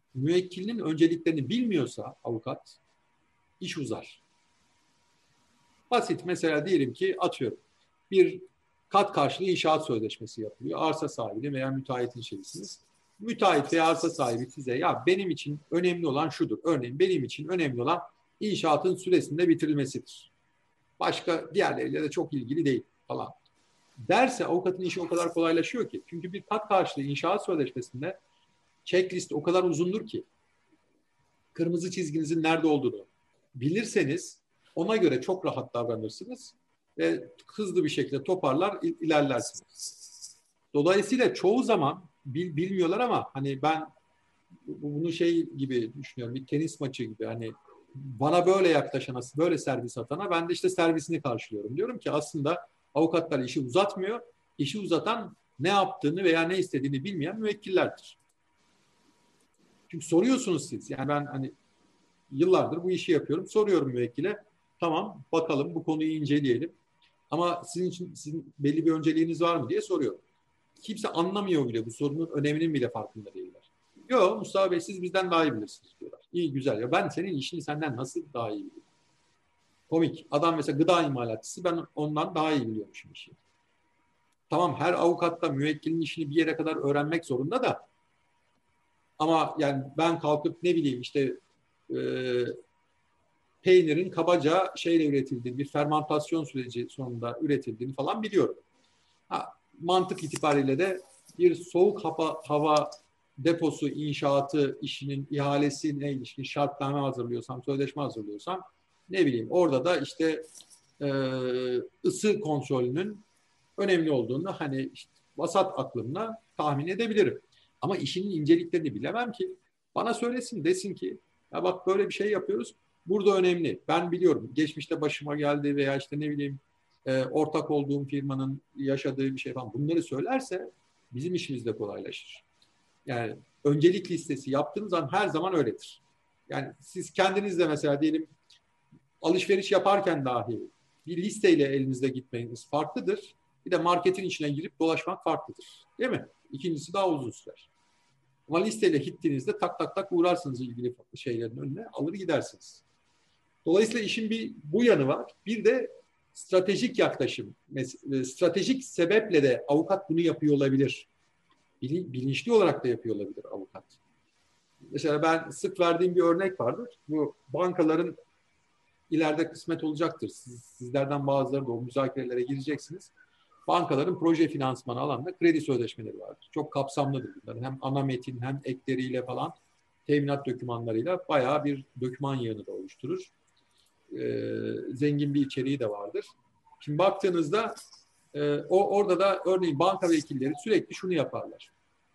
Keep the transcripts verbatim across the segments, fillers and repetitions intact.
müvekkilinin önceliklerini bilmiyorsa avukat iş uzar. Basit mesela diyelim ki atıyorum bir kat karşılığı inşaat sözleşmesi yapılıyor. Arsa sahibi veya müteahhitin şeysiniz. Müteahhit veya arsa sahibi size ya benim için önemli olan şudur. Örneğin benim için önemli olan inşaatın süresinde bitirilmesidir. Başka diğerleriyle de çok ilgili değil falan. Derse avukatın işi o kadar kolaylaşıyor ki. Çünkü bir kat karşılığı inşaat sözleşmesinde checklist o kadar uzundur ki kırmızı çizginizin nerede olduğunu bilirseniz ona göre çok rahat davranırsınız ve hızlı bir şekilde toparlar ilerlersiniz. Dolayısıyla çoğu zaman bil, bilmiyorlar ama hani ben bunu şey gibi düşünüyorum, bir tenis maçı gibi, hani bana böyle yaklaşana, böyle servis atana ben de işte servisini karşılıyorum. Diyorum ki aslında avukatlar işi uzatmıyor, işi uzatan ne yaptığını veya ne istediğini bilmeyen müvekkillerdir. Çünkü soruyorsunuz siz, yani ben hani yıllardır bu işi yapıyorum, soruyorum müvekkile, tamam bakalım bu konuyu inceleyelim ama sizin için sizin belli bir önceliğiniz var mı diye soruyorum. Kimse anlamıyor bile, bu sorunun öneminin bile farkında değiller. Yok Mustafa Bey siz bizden daha iyi bilirsiniz diyorlar. İyi güzel ya ben senin işini senden nasıl daha iyi biliyorum? Komik. Adam mesela gıda imalatçısı, ben ondan daha iyi biliyormuşum işi. Tamam her avukat da müvekkilin işini bir yere kadar öğrenmek zorunda da ama yani ben kalkıp ne bileyim işte e, peynirin kabaca şeyle üretildiğini, bir fermantasyon süreci sonunda üretildiğini falan biliyorum. Ha, mantık itibariyle de bir soğuk hava, hava deposu inşaatı işinin ihalesine ilişkin şartname hazırlıyorsam, sözleşme hazırlıyorsam ne bileyim orada da işte e, ısı kontrolünün önemli olduğunu hani işte vasat aklımla tahmin edebilirim. Ama işinin inceliklerini bilemem ki. Bana söylesin, desin ki ya bak böyle bir şey yapıyoruz. Burada önemli. Ben biliyorum. Geçmişte başıma geldi veya işte ne bileyim e, ortak olduğum firmanın yaşadığı bir şey falan. Bunları söylerse bizim işimiz de kolaylaşır. Yani öncelik listesi yaptığınız zaman her zaman öyledir. Yani siz kendiniz de mesela diyelim alışveriş yaparken dahi bir listeyle elinizde gitmeniz farklıdır. Bir de marketin içine girip dolaşmak farklıdır. Değil mi? İkincisi daha uzun sürer. Ama listeyle gittiğinizde tak tak tak uğrarsınız ilgili şeylerin önüne, alır gidersiniz. Dolayısıyla işin bir bu yanı var. Bir de stratejik yaklaşım. Stratejik sebeple de avukat bunu yapıyor olabilir. Bilinçli olarak da yapıyor olabilir avukat. Mesela ben sık verdiğim bir örnek vardır. Bu bankaların ileride kısmet olacaktır. Siz, sizlerden bazıları da o müzakerelere gireceksiniz. Bankaların proje finansmanı alanında kredi sözleşmeleri vardır. Çok kapsamlıdır bunların. Hem ana metin hem ekleriyle falan teminat dokümanlarıyla bayağı bir doküman yığını da oluşturur. Ee, zengin bir içeriği de vardır. Şimdi baktığınızda e, o orada da örneğin banka vekilleri sürekli şunu yaparlar.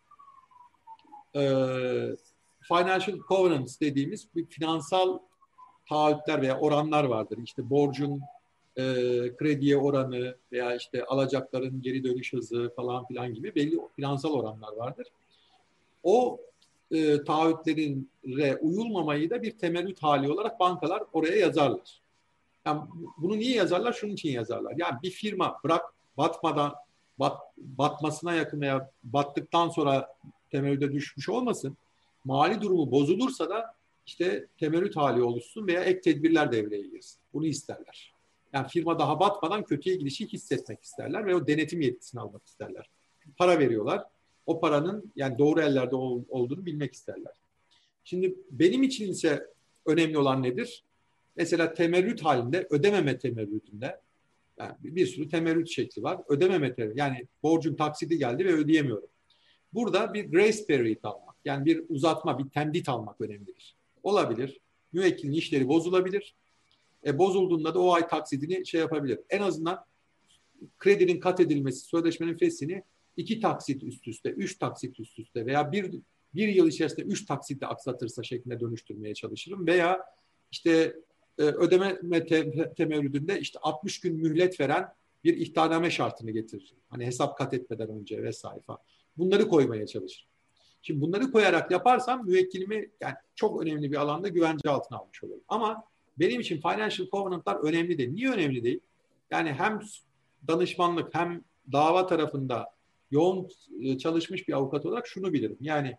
Ee, financial covenants dediğimiz bir finansal taahhütler veya oranlar vardır. İşte borcun e, krediye oranı veya işte alacakların geri dönüş hızı falan filan gibi belli finansal oranlar vardır. O e, taahhütlerine uyulmamayı da bir temerrüt hali olarak bankalar oraya yazarlar. Yani bunu niye yazarlar? Şunun için yazarlar. Yani bir firma bırak batmadan bat, batmasına yakın veya battıktan sonra temerrüde düşmüş olmasın. Mali durumu bozulursa da işte temerrüt hali oluşsun veya ek tedbirler devreye girsin. Bunu isterler. Yani firma daha batmadan kötüye gidişi hissetmek isterler ve o denetim yetkisini almak isterler. Para veriyorlar. O paranın yani doğru ellerde olduğunu bilmek isterler. Şimdi benim için ise önemli olan nedir? Mesela temerrüt halinde, ödememe temerrütünde yani bir sürü temerrüt şekli var. Ödememe temerrüt, yani borcun taksidi geldi ve ödeyemiyorum. Burada bir grace period almak, yani bir uzatma, bir temdit almak önemlidir. Olabilir. Müvekkilin işleri bozulabilir. E, bozulduğunda da o ay taksidini şey yapabilir. En azından kredinin kat edilmesi, sözleşmenin feshini iki taksit üst üste, üç taksit üst üste veya bir, bir yıl içerisinde üç taksitle aksatırsa şeklinde dönüştürmeye çalışırım. Veya işte e, ödeme te, temerrüdünde işte altmış gün mühlet veren bir ihtarname şartını getiririm. Hani hesap kat etmeden önce vesaire falan. Bunları koymaya çalışırım. Şimdi bunları koyarak yaparsam müvekkilimi yani çok önemli bir alanda güvence altına almış olurum. Ama benim için financial covenant'lar önemli değil. Niye önemli değil? Yani hem danışmanlık hem dava tarafında yoğun çalışmış bir avukat olarak şunu bilirim. Yani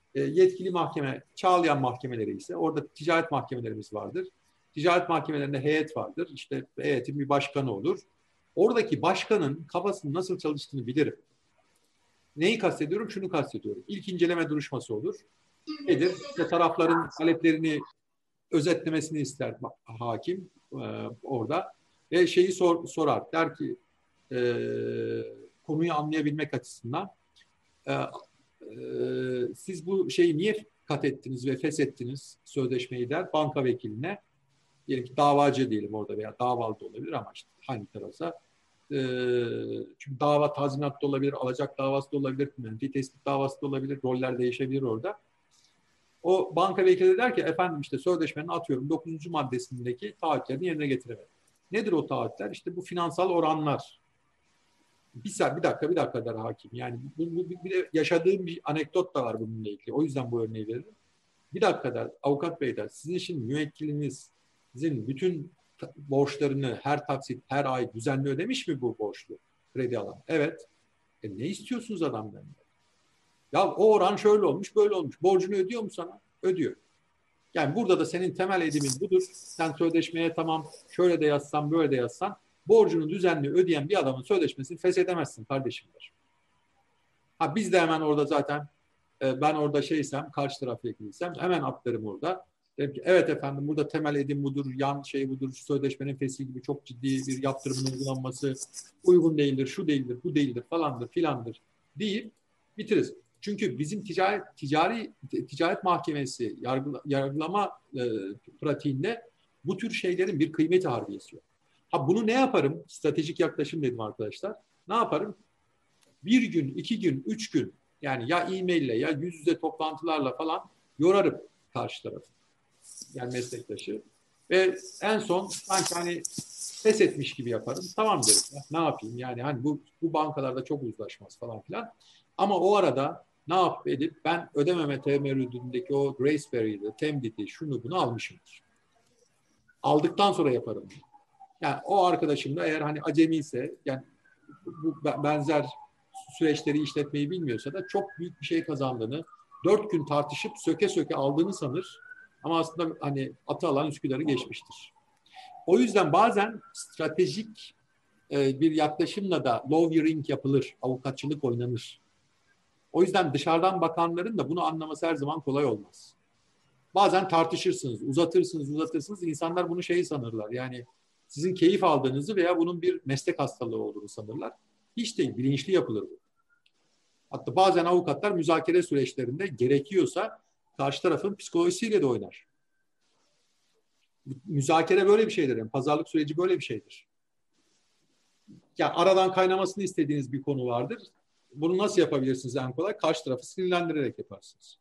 E, yetkili mahkeme, Çağlayan mahkemeleri ise orada ticaret mahkemelerimiz vardır. Ticaret mahkemelerinde heyet vardır. İşte heyetin bir başkanı olur. Oradaki başkanın kafasının nasıl çalıştığını bilirim. Neyi kastediyorum? Şunu kastediyorum. İlk inceleme duruşması olur. Nedir? İşte tarafların taleplerini özetlemesini ister hakim e, orada. Ve şeyi sor, sorar. Der ki e, konuyu anlayabilmek açısından e, e, siz bu şeyi niye kat ettiniz ve feshettiniz sözleşmeyi der banka vekiline. Diyelim ki davacı diyelim orada veya davalı da olabilir ama işte hangi tarafsa. E, çünkü dava tazminat da olabilir, alacak davası da olabilir, menfi tespit davası da olabilir, roller değişebilir orada. O banka vekili der ki efendim işte sözleşmenin atıyorum dokuzuncu maddesindeki taahhütlerini yerine getiremedi. Nedir o taahhütler? İşte bu finansal oranlar. Bir, bir dakika bir dakika der hakim. Yani bu, bu, bir de yaşadığım bir anekdot da var bununla ilgili. O yüzden bu örneği veririm. Bir dakika der avukat bey der. Sizin için müvekkilinizin bütün borçlarını her taksit her ay düzenli ödemiş mi bu borçlu kredi alan? Evet. E ne istiyorsunuz adamdan? Ya o oran şöyle olmuş böyle olmuş. Borcunu ödüyor mu sana? Ödüyor. Yani burada da senin temel edimin budur. Sen sözleşmeye tamam şöyle de yazsan böyle de yazsan borcunu düzenli ödeyen bir adamın sözleşmesini feshedemezsin kardeşim der. Ha biz de hemen orada zaten e, ben orada şeysem karşı taraf vekiliysem hemen atlarım orada. Derim ki evet efendim burada temel edim budur, yan şey budur, sözleşmenin feshi gibi çok ciddi bir yaptırımın uygulanması uygun değildir, şu değildir, bu değildir falandır filandır deyip bitiririz. Çünkü bizim ticaret ticari ticaret mahkemesi yargı, yargılama e, pratiğinde bu tür şeylerin bir kıymeti harbiyesi yok. Ha bunu ne yaparım? Stratejik yaklaşım dedim arkadaşlar. Ne yaparım? Bir gün, iki gün, üç gün yani ya e-maille ya yüz yüze toplantılarla falan yorarım karşı tarafı. Yani meslektaşı. Ve en son sanki hani pes etmiş gibi yaparım. Tamam derim. Ya, ne yapayım? Yani hani bu, bu bankalarda çok uzlaşmaz falan filan. Ama o arada ne yapıp edip ben ödememe temerrüdündeki o grace period'ı, temdidi, şunu bunu almışımdır. Aldıktan sonra yaparım. Yani o arkadaşım da eğer hani acemi ise yani bu benzer süreçleri işletmeyi bilmiyorsa da çok büyük bir şey kazandığını, dört gün tartışıp söke söke aldığını sanır. Ama aslında hani atı alan Üsküdar'ı geçmiştir. O yüzden bazen stratejik e, bir yaklaşımla da lawyering yapılır, avukatçılık oynanır. O yüzden dışarıdan bakanların da bunu anlaması her zaman kolay olmaz. Bazen tartışırsınız, uzatırsınız, uzatırsınız. İnsanlar bunu şey sanırlar. Yani sizin keyif aldığınızı veya bunun bir meslek hastalığı olduğunu sanırlar. Hiç değil, bilinçli yapılır bu. Hatta bazen avukatlar müzakere süreçlerinde gerekiyorsa karşı tarafın psikolojisiyle de oynar. Müzakere böyle bir şeydir. Yani pazarlık süreci böyle bir şeydir. Yani aradan kaynamasını istediğiniz bir konu vardır. Bunu nasıl yapabilirsiniz en kolay? Karşı tarafı sinirlendirerek yaparsınız.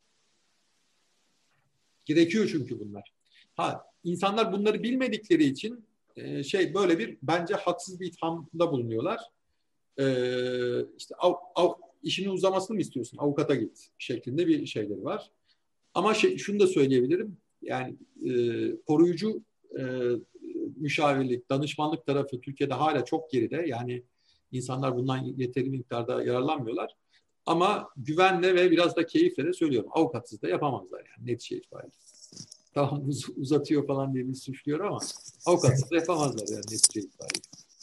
Gerekiyor çünkü bunlar. Ha, insanlar bunları bilmedikleri için e, şey böyle bir bence haksız bir ithamda bulunuyorlar. E, işte av, av, işini uzamasını mı istiyorsun? Avukata git şeklinde bir şeyleri var. Ama şey, şunu da söyleyebilirim. Yani e, koruyucu e, müşavirlik, danışmanlık tarafı Türkiye'de hala çok geride. Yani insanlar bundan yeteri miktarda yararlanmıyorlar. Ama güvenle ve biraz da keyifle de söylüyorum. Avukatsız da yapamazlar yani netice itibariyle. Tamam uz- uzatıyor falan diye bir suçluyor ama avukatsız da yapamazlar yani netice itibariyle.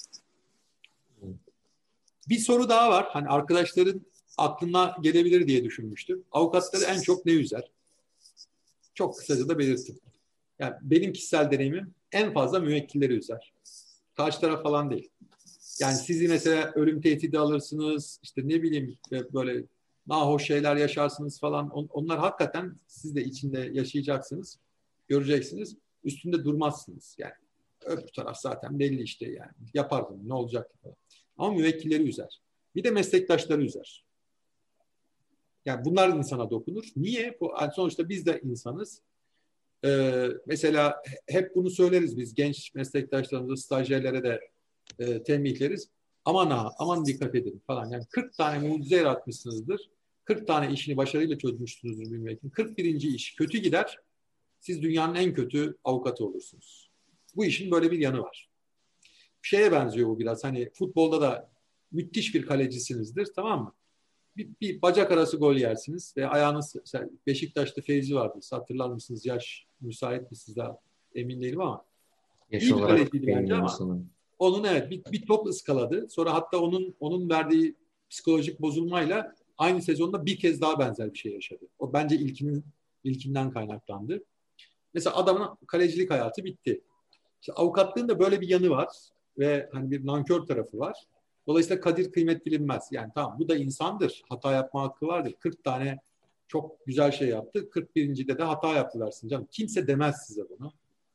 Bir soru daha var. Hani arkadaşların aklına gelebilir diye düşünmüştüm. Avukatları en çok ne üzer? Çok kısaca da belirttim. Yani benim kişisel deneyimim en fazla müvekkilleri üzer. Karşı taraf falan değil. Yani sizi mesela ölüm tehdidi alırsınız, işte ne bileyim böyle nahoş şeyler yaşarsınız falan. Onlar hakikaten siz de içinde yaşayacaksınız, göreceksiniz. Üstünde durmazsınız. Yani öbür taraf zaten belli işte yani. Yapar bunu, ne olacak falan. Ama müvekkilleri üzer. Bir de meslektaşları üzer. Yani bunlar insana dokunur. Niye? Bu, yani sonuçta biz de insanız. Ee, mesela hep bunu söyleriz biz genç meslektaşlarımıza, stajyerlere de e, tembihleriz. Aman ha, aman dikkat edin falan. Yani kırk tane mucize yaratmışsınızdır. kırk tane işini başarıyla çözmüşsünüzdür bilmek. kırk birinci iş kötü gider. Siz dünyanın en kötü avukatı olursunuz. Bu işin böyle bir yanı var. Bir şeye benziyor bu biraz. Hani futbolda da müthiş bir kalecisinizdir, tamam mı? bir, bir bacak arası gol yersiniz ve ayağınız, Beşiktaş'ta Feyzi vardı. Hatırlar mısınız? Yaş müsait mi siz, daha emin değilim ama Yaş iyi bir olarak kaleciydi bence bilmiyorum ama sanırım. onun evet bir, bir top ıskaladı. Sonra hatta onun onun verdiği psikolojik bozulmayla aynı sezonda bir kez daha benzer bir şey yaşadı. O bence ilkinin ilkinden kaynaklandı. Mesela adamın kalecilik hayatı bitti. İşte avukatlığın da böyle bir yanı var ve hani bir nankör tarafı var. Dolayısıyla kadir kıymet bilinmez. Yani tamam, bu da insandır. Hata yapma hakkı vardır. kırk tane çok güzel şey yaptı. kırk birincide de hata yaptı dersin canım. Kimse demez size bunu.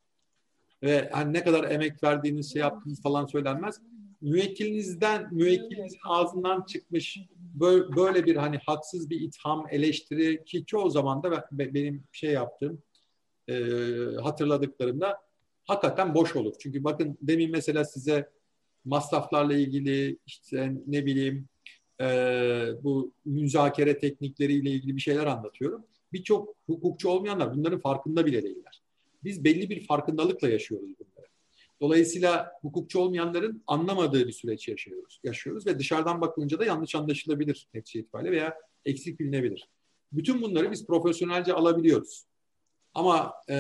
Ve hani ne kadar emek verdiğiniz, şey yaptığınız falan söylenmez. Müvekkilinizden, müvekkilinizin ağzından çıkmış böyle bir hani haksız bir itham, eleştiri, ki çoğu zaman da benim şey yaptığım, e, hatırladıklarımda hakikaten boş olur. Çünkü bakın, demin mesela size masraflarla ilgili, işte ne bileyim, e, bu müzakere teknikleriyle ilgili bir şeyler anlatıyorum. Birçok hukukçu olmayanlar bunların farkında bile değiller. Biz belli bir farkındalıkla yaşıyoruz bunları. Dolayısıyla hukukçu olmayanların anlamadığı bir süreç yaşıyoruz. yaşıyoruz ve dışarıdan bakılınca da yanlış anlaşılabilir netice itibariyle veya eksik bilinebilir. Bütün bunları biz profesyonelce alabiliyoruz. Ama e,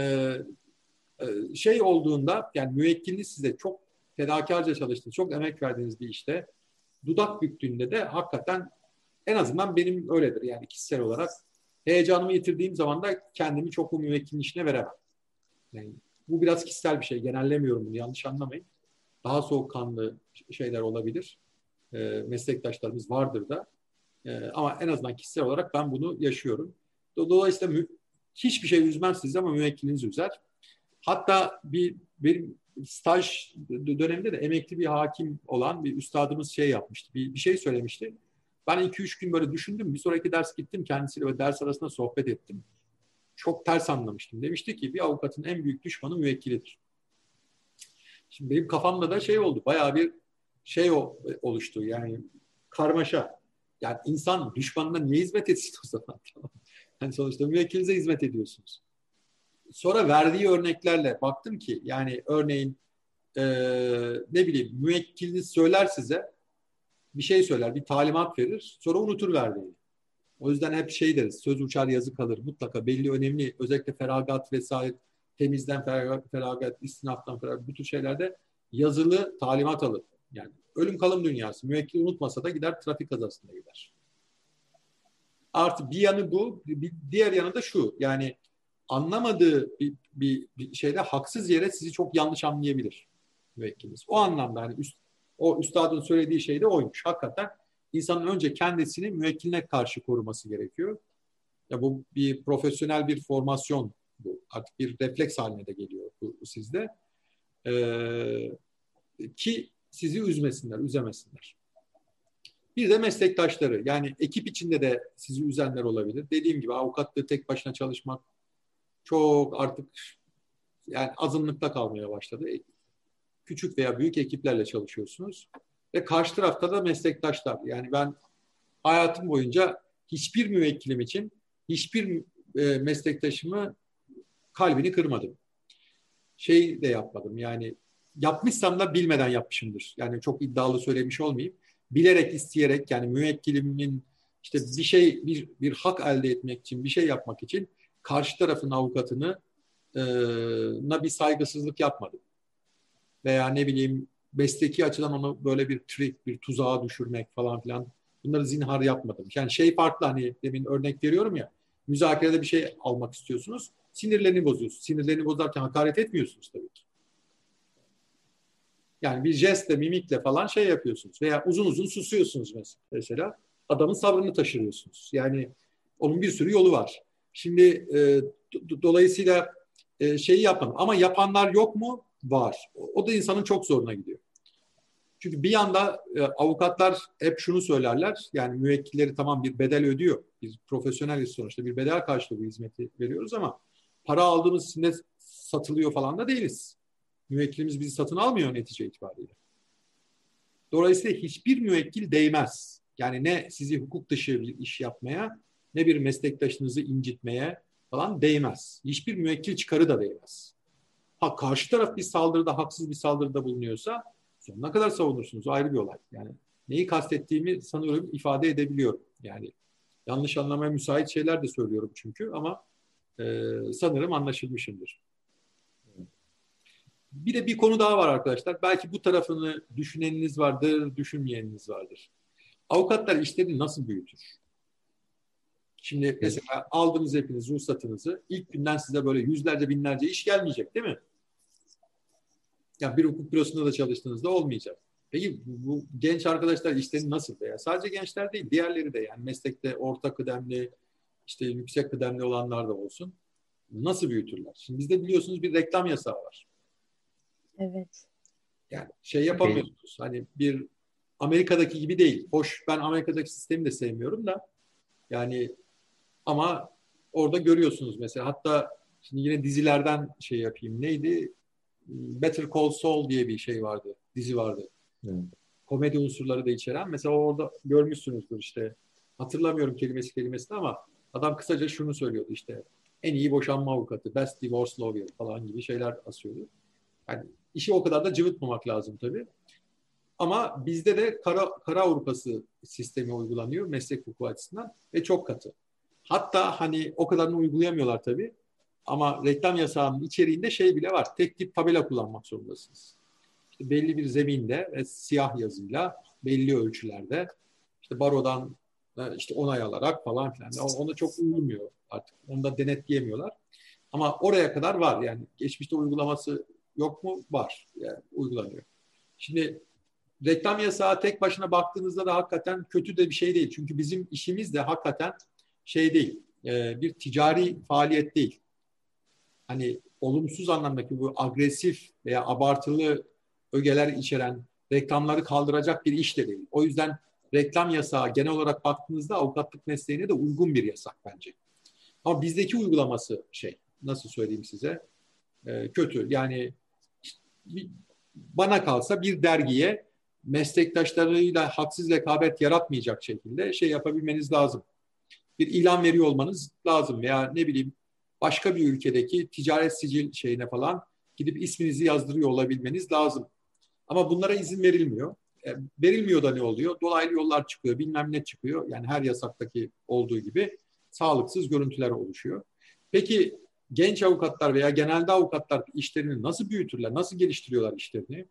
e, şey olduğunda, yani müvekkiliniz size çok fedakarca çalıştığınız, çok emek verdiğiniz bir işte dudak büktüğünde de hakikaten, en azından benim öyledir yani kişisel olarak, heyecanımı yitirdiğim zaman da kendimi çok bu müvekkilin işine veremem. Yani bu biraz kişisel bir şey. Genellemiyorum bunu, yanlış anlamayın. Daha soğukkanlı şeyler olabilir. E, meslektaşlarımız vardır da. E, ama en azından kişisel olarak ben bunu yaşıyorum. Dolayısıyla mü- hiçbir şey üzmez sizi ama müvekkiliniz üzer. Hatta bir benim staj döneminde de emekli bir hakim olan bir üstadımız şey yapmıştı. Bir, bir şey söylemişti. Ben iki üç gün böyle düşündüm. Bir sonraki ders gittim kendisiyle ve ders arasında sohbet ettim. Çok ters anlamıştım. Demişti ki bir avukatın en büyük düşmanı müvekkilidir. Şimdi benim kafamda da şey oldu. Bayağı bir şey oluştu. Yani karmaşa. Yani insan düşmanına niye hizmet etsin o zaman? Yani sonuçta müvekkilinize hizmet ediyorsunuz. Sonra verdiği örneklerle baktım ki, yani örneğin e, ne bileyim, müvekkiliniz söyler size, bir şey söyler, bir talimat verir, sonra unutur verdiğini. O yüzden hep şey deriz, söz uçar yazı kalır. Mutlaka belli önemli, özellikle feragat vesaire, temizden feragat, feragat istinaftan feragat, bu tür şeylerde yazılı talimat alır. Yani ölüm kalım dünyası. Müvekkil unutmasa da gider trafik kazasında gider. Artı bir yanı bu, bir diğer yanı da şu, yani anlamadığı bir, bir, bir şeyde haksız yere sizi çok yanlış anlayabilir müvekkiliniz. O anlamda hani üst, o üstadın söylediği şey de oymuş. Hakikaten insanın önce kendisini müvekkiline karşı koruması gerekiyor. Ya bu bir profesyonel bir formasyon bu. Artık bir refleks haline de geliyor bu, bu sizde. Ee, ki sizi üzmesinler, üzemesinler. Bir de meslektaşları, yani ekip içinde de sizi üzenler olabilir. Dediğim gibi avukatlığı tek başına çalışmak çok artık yani azınlıkta kalmaya başladı. Küçük veya büyük ekiplerle çalışıyorsunuz. Ve karşı tarafta da meslektaşlar. Yani ben hayatım boyunca hiçbir müvekkilim için hiçbir e, meslektaşımı kalbini kırmadım. Şey de yapmadım yani, yapmışsam da bilmeden yapmışımdır. Yani çok iddialı söylemiş olmayayım. Bilerek, isteyerek, yani müvekkilimin işte bir şey, bir, bir hak elde etmek için, bir şey yapmak için karşı tarafın avukatını e, na bir saygısızlık yapmadım. Veya ne bileyim, mesleki açıdan onu böyle bir trik, bir tuzağa düşürmek falan filan, bunları zinhar yapmadım. Yani şey farklı, hani demin örnek veriyorum ya, müzakerede bir şey almak istiyorsunuz, sinirlerini bozuyorsunuz. Sinirlerini bozarken hakaret etmiyorsunuz tabii ki. Yani bir jestle, mimikle falan şey yapıyorsunuz. Veya uzun uzun susuyorsunuz mesela. Adamın sabrını taşırıyorsunuz. Yani onun bir sürü yolu var. Şimdi e, do- dolayısıyla e, şeyi yapın. Ama yapanlar yok mu? Var. O, o da insanın çok zoruna gidiyor. Çünkü bir yanda e, avukatlar hep şunu söylerler. Yani müvekkilleri tamam bir bedel ödüyor. Biz profesyoneliz sonuçta. Bir bedel karşılığı bu hizmeti veriyoruz ama para aldığımız için de satılıyor falan da değiliz. Müvekkilimiz bizi satın almıyor netice itibariyle. Dolayısıyla hiçbir müvekkil değmez. Yani ne sizi hukuk dışı bir iş yapmaya, ne bir meslektaşınızı incitmeye falan değmez. Hiçbir müvekkil çıkarı da değmez. Ha, karşı taraf bir saldırıda, haksız bir saldırıda bulunuyorsa sonuna kadar savunursunuz. O ayrı bir olay. Yani neyi kastettiğimi sanıyorum ifade edebiliyorum. Yani yanlış anlamaya müsait şeyler de söylüyorum çünkü ama e, sanırım anlaşılmışımdır. Bir de bir konu daha var arkadaşlar. Belki bu tarafını düşüneniniz vardır, düşünmeyeniniz vardır. Avukatlar işlerini nasıl büyütür? Şimdi mesela aldınız hepiniz ruhsatınızı. İlk günden size böyle yüzlerce binlerce iş gelmeyecek değil mi? Ya bir hukuk bürosunda da çalıştığınızda olmayacak. Peki bu, bu genç arkadaşlar işlerini nasıl veya sadece gençler değil diğerleri de yani meslekte orta kıdemli işte yüksek kıdemli olanlar da olsun. Nasıl büyütürler? Şimdi bizde biliyorsunuz bir reklam yasağı var. Evet. Yani şey yapamıyorsunuz. Hani bir Amerika'daki gibi değil. Hoş ben Amerika'daki sistemi de sevmiyorum da yani ama orada görüyorsunuz mesela hatta şimdi yine dizilerden şey yapayım. Neydi? Better Call Saul diye bir şey vardı. Dizi vardı. Evet. Komedi unsurları da içeren. Mesela orada görmüşsünüzdür işte. Hatırlamıyorum kelimesi kelimesini ama adam kısaca şunu söylüyordu işte. En iyi boşanma avukatı, best divorce lawyer falan gibi şeyler asıyordu. Yani işi o kadar da cıvıtmamak lazım tabii. Ama bizde de kara, kara Avrupası sistemi uygulanıyor meslek hukuku açısından ve çok katı. Hatta hani o kadarını uygulayamıyorlar tabii. Ama reklam yasağının içeriğinde şey bile var. Tek tip tabela kullanmak zorundasınız. İşte belli bir zeminde ve siyah yazıyla belli ölçülerde işte barodan işte onay alarak falan filan. Ona çok uyulmuyor artık. Onu da denetleyemiyorlar. Ama oraya kadar var. Yani geçmişte uygulaması yok mu? Var. Yani uygulanıyor. Şimdi reklam yasağı tek başına baktığınızda da hakikaten kötü de bir şey değil. Çünkü bizim işimiz de hakikaten şey değil. Bir ticari faaliyet değil. Hani olumsuz anlamdaki bu agresif veya abartılı ögeler içeren reklamları kaldıracak bir iş de değil. O yüzden reklam yasağı genel olarak baktığınızda avukatlık mesleğine de uygun bir yasak bence. Ama bizdeki uygulaması şey, nasıl söyleyeyim size, e, kötü. Yani işte, bana kalsa bir dergiye meslektaşlarıyla haksız rekabet yaratmayacak şekilde şey yapabilmeniz lazım. Bir ilan veriyor olmanız lazım veya ne bileyim başka bir ülkedeki ticaret sicil şeyine falan gidip isminizi yazdırıyor olabilmeniz lazım. Ama bunlara izin verilmiyor. E, verilmiyor da ne oluyor? Dolaylı yollar çıkıyor, bilmem ne çıkıyor. Yani her yasaktaki olduğu gibi sağlıksız görüntüler oluşuyor. Peki genç avukatlar veya genelde avukatlar işlerini nasıl büyütürler, nasıl geliştiriyorlar işlerini?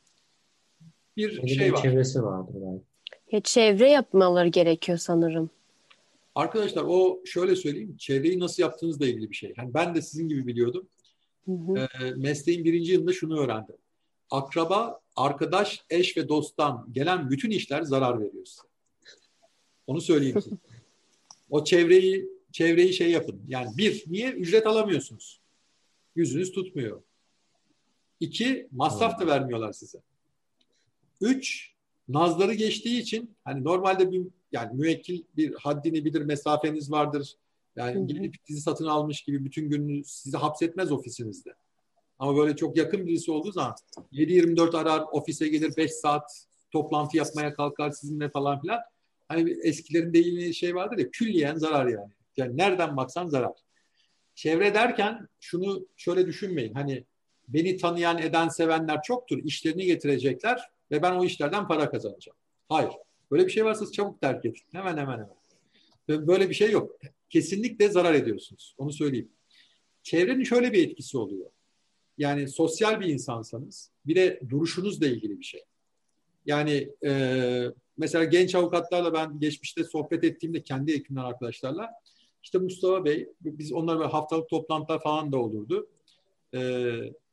Bir Belli şey bir var. çevresi vardır belki. Ya çevre yapmaları gerekiyor sanırım. Arkadaşlar o şöyle söyleyeyim, çevreyi nasıl yaptığınızla ilgili bir şey. Yani ben de sizin gibi biliyordum. Hı hı. E, mesleğin birinci yılında şunu öğrendim. Akraba, arkadaş, eş ve dosttan gelen bütün işler zarar veriyor size. Onu söyleyeyim size. O çevreyi çevreyi şey yapın. Yani bir, niye? Ücret alamıyorsunuz. Yüzünüz tutmuyor. İki, masraf da vermiyorlar size. Üç, nazları geçtiği için hani normalde bir yani müvekkil bir haddini bilir, mesafeniz vardır. Hı Yani hı. gidip dizi satın almış gibi bütün gününü sizi hapsetmez ofisinizde. Ama böyle çok yakın birisi olduğu zaman yedi yirmi dört arar, ofise gelir beş saat toplantı yapmaya kalkar sizinle falan filan. Hani eskilerin deyimi şey vardır ya külliyen zarar yani. Yani nereden baksan zarar. Çevre derken şunu şöyle düşünmeyin. Hani beni tanıyan, eden, sevenler çoktur. İşlerini getirecekler ve ben o işlerden para kazanacağım. Hayır. Böyle bir şey varsa çabuk terk edin. Hemen hemen hemen. Böyle bir şey yok. Kesinlikle zarar ediyorsunuz. Onu söyleyeyim. Çevrenin şöyle bir etkisi oluyor. Yani sosyal bir insansanız bir de duruşunuzla ilgili bir şey. Yani e, mesela genç avukatlarla ben geçmişte sohbet ettiğimde kendi ekibimden arkadaşlarla işte Mustafa Bey biz onlarla haftalık toplantılar falan da olurdu. E,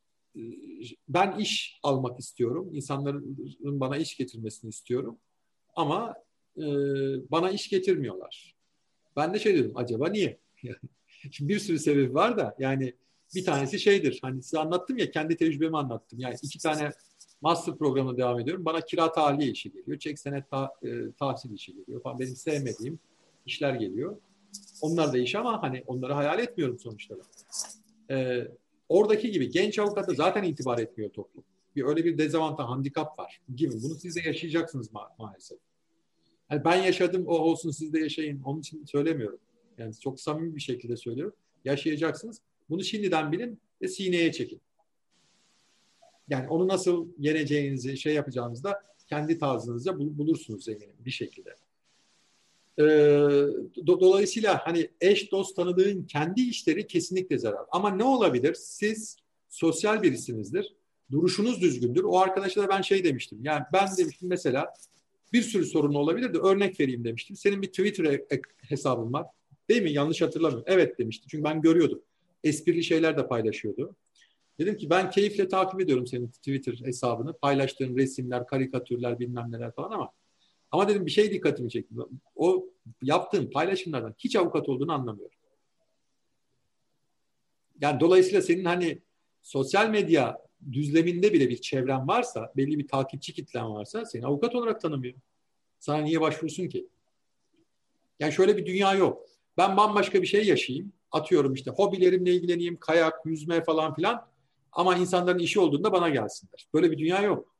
ben iş almak istiyorum. İnsanların bana iş getirmesini istiyorum. Ama e, bana iş getirmiyorlar. Ben de şey dedim acaba niye? Şimdi bir sürü sebebi var da yani bir tanesi şeydir. Hani size anlattım ya kendi tecrübemi anlattım. Yani iki tane master programına devam ediyorum. Bana kira tahliye işi geliyor. Çek senet ta, e, tahsil işi geliyor falan. Benim sevmediğim işler geliyor. Onlar da iş ama hani onları hayal etmiyorum sonuçta. Ee, oradaki gibi genç avukata zaten itibar etmiyor toplum. Bir, öyle bir dezavantaj, handikap var gibi. Bunu siz de yaşayacaksınız ma- maalesef. Yani ben yaşadım, o olsun siz de yaşayın. Onun için söylemiyorum. Yani çok samimi bir şekilde söylüyorum. Yaşayacaksınız. Bunu şimdiden bilin ve sineye çekin. Yani onu nasıl yeneceğinizi, şey yapacağınızı da kendi tarzınızda bul- bulursunuz eminim bir şekilde. Ee, do- dolayısıyla hani eş dost tanıdığın kendi işleri kesinlikle zarar. Ama ne olabilir? Siz sosyal birisinizdir. Duruşunuz düzgündür. O arkadaşa da ben şey demiştim. Yani ben demiştim mesela bir sürü sorun olabilir de örnek vereyim demiştim. Senin bir Twitter e- e- hesabın var. Değil mi? Yanlış hatırlamıyorum. Evet demişti. Çünkü ben görüyordum. Esprili şeyler de paylaşıyordu. Dedim ki ben keyifle takip ediyorum senin Twitter hesabını. Paylaştığın resimler, karikatürler bilmem neler falan ama ama dedim bir şey dikkatimi çekti. O yaptığın paylaşımlardan hiç avukat olduğunu anlamıyorum. Yani dolayısıyla senin hani sosyal medya düzleminde bile bir çevren varsa, belli bir takipçi kitlen varsa seni avukat olarak tanımıyor. Sana niye başvursun ki? Yani şöyle bir dünya yok. Ben bambaşka bir şey yaşayayım. Atıyorum işte hobilerimle ilgileneyim, kayak, yüzme falan filan. Ama insanların işi olduğunda bana gelsinler. Böyle bir dünya yok.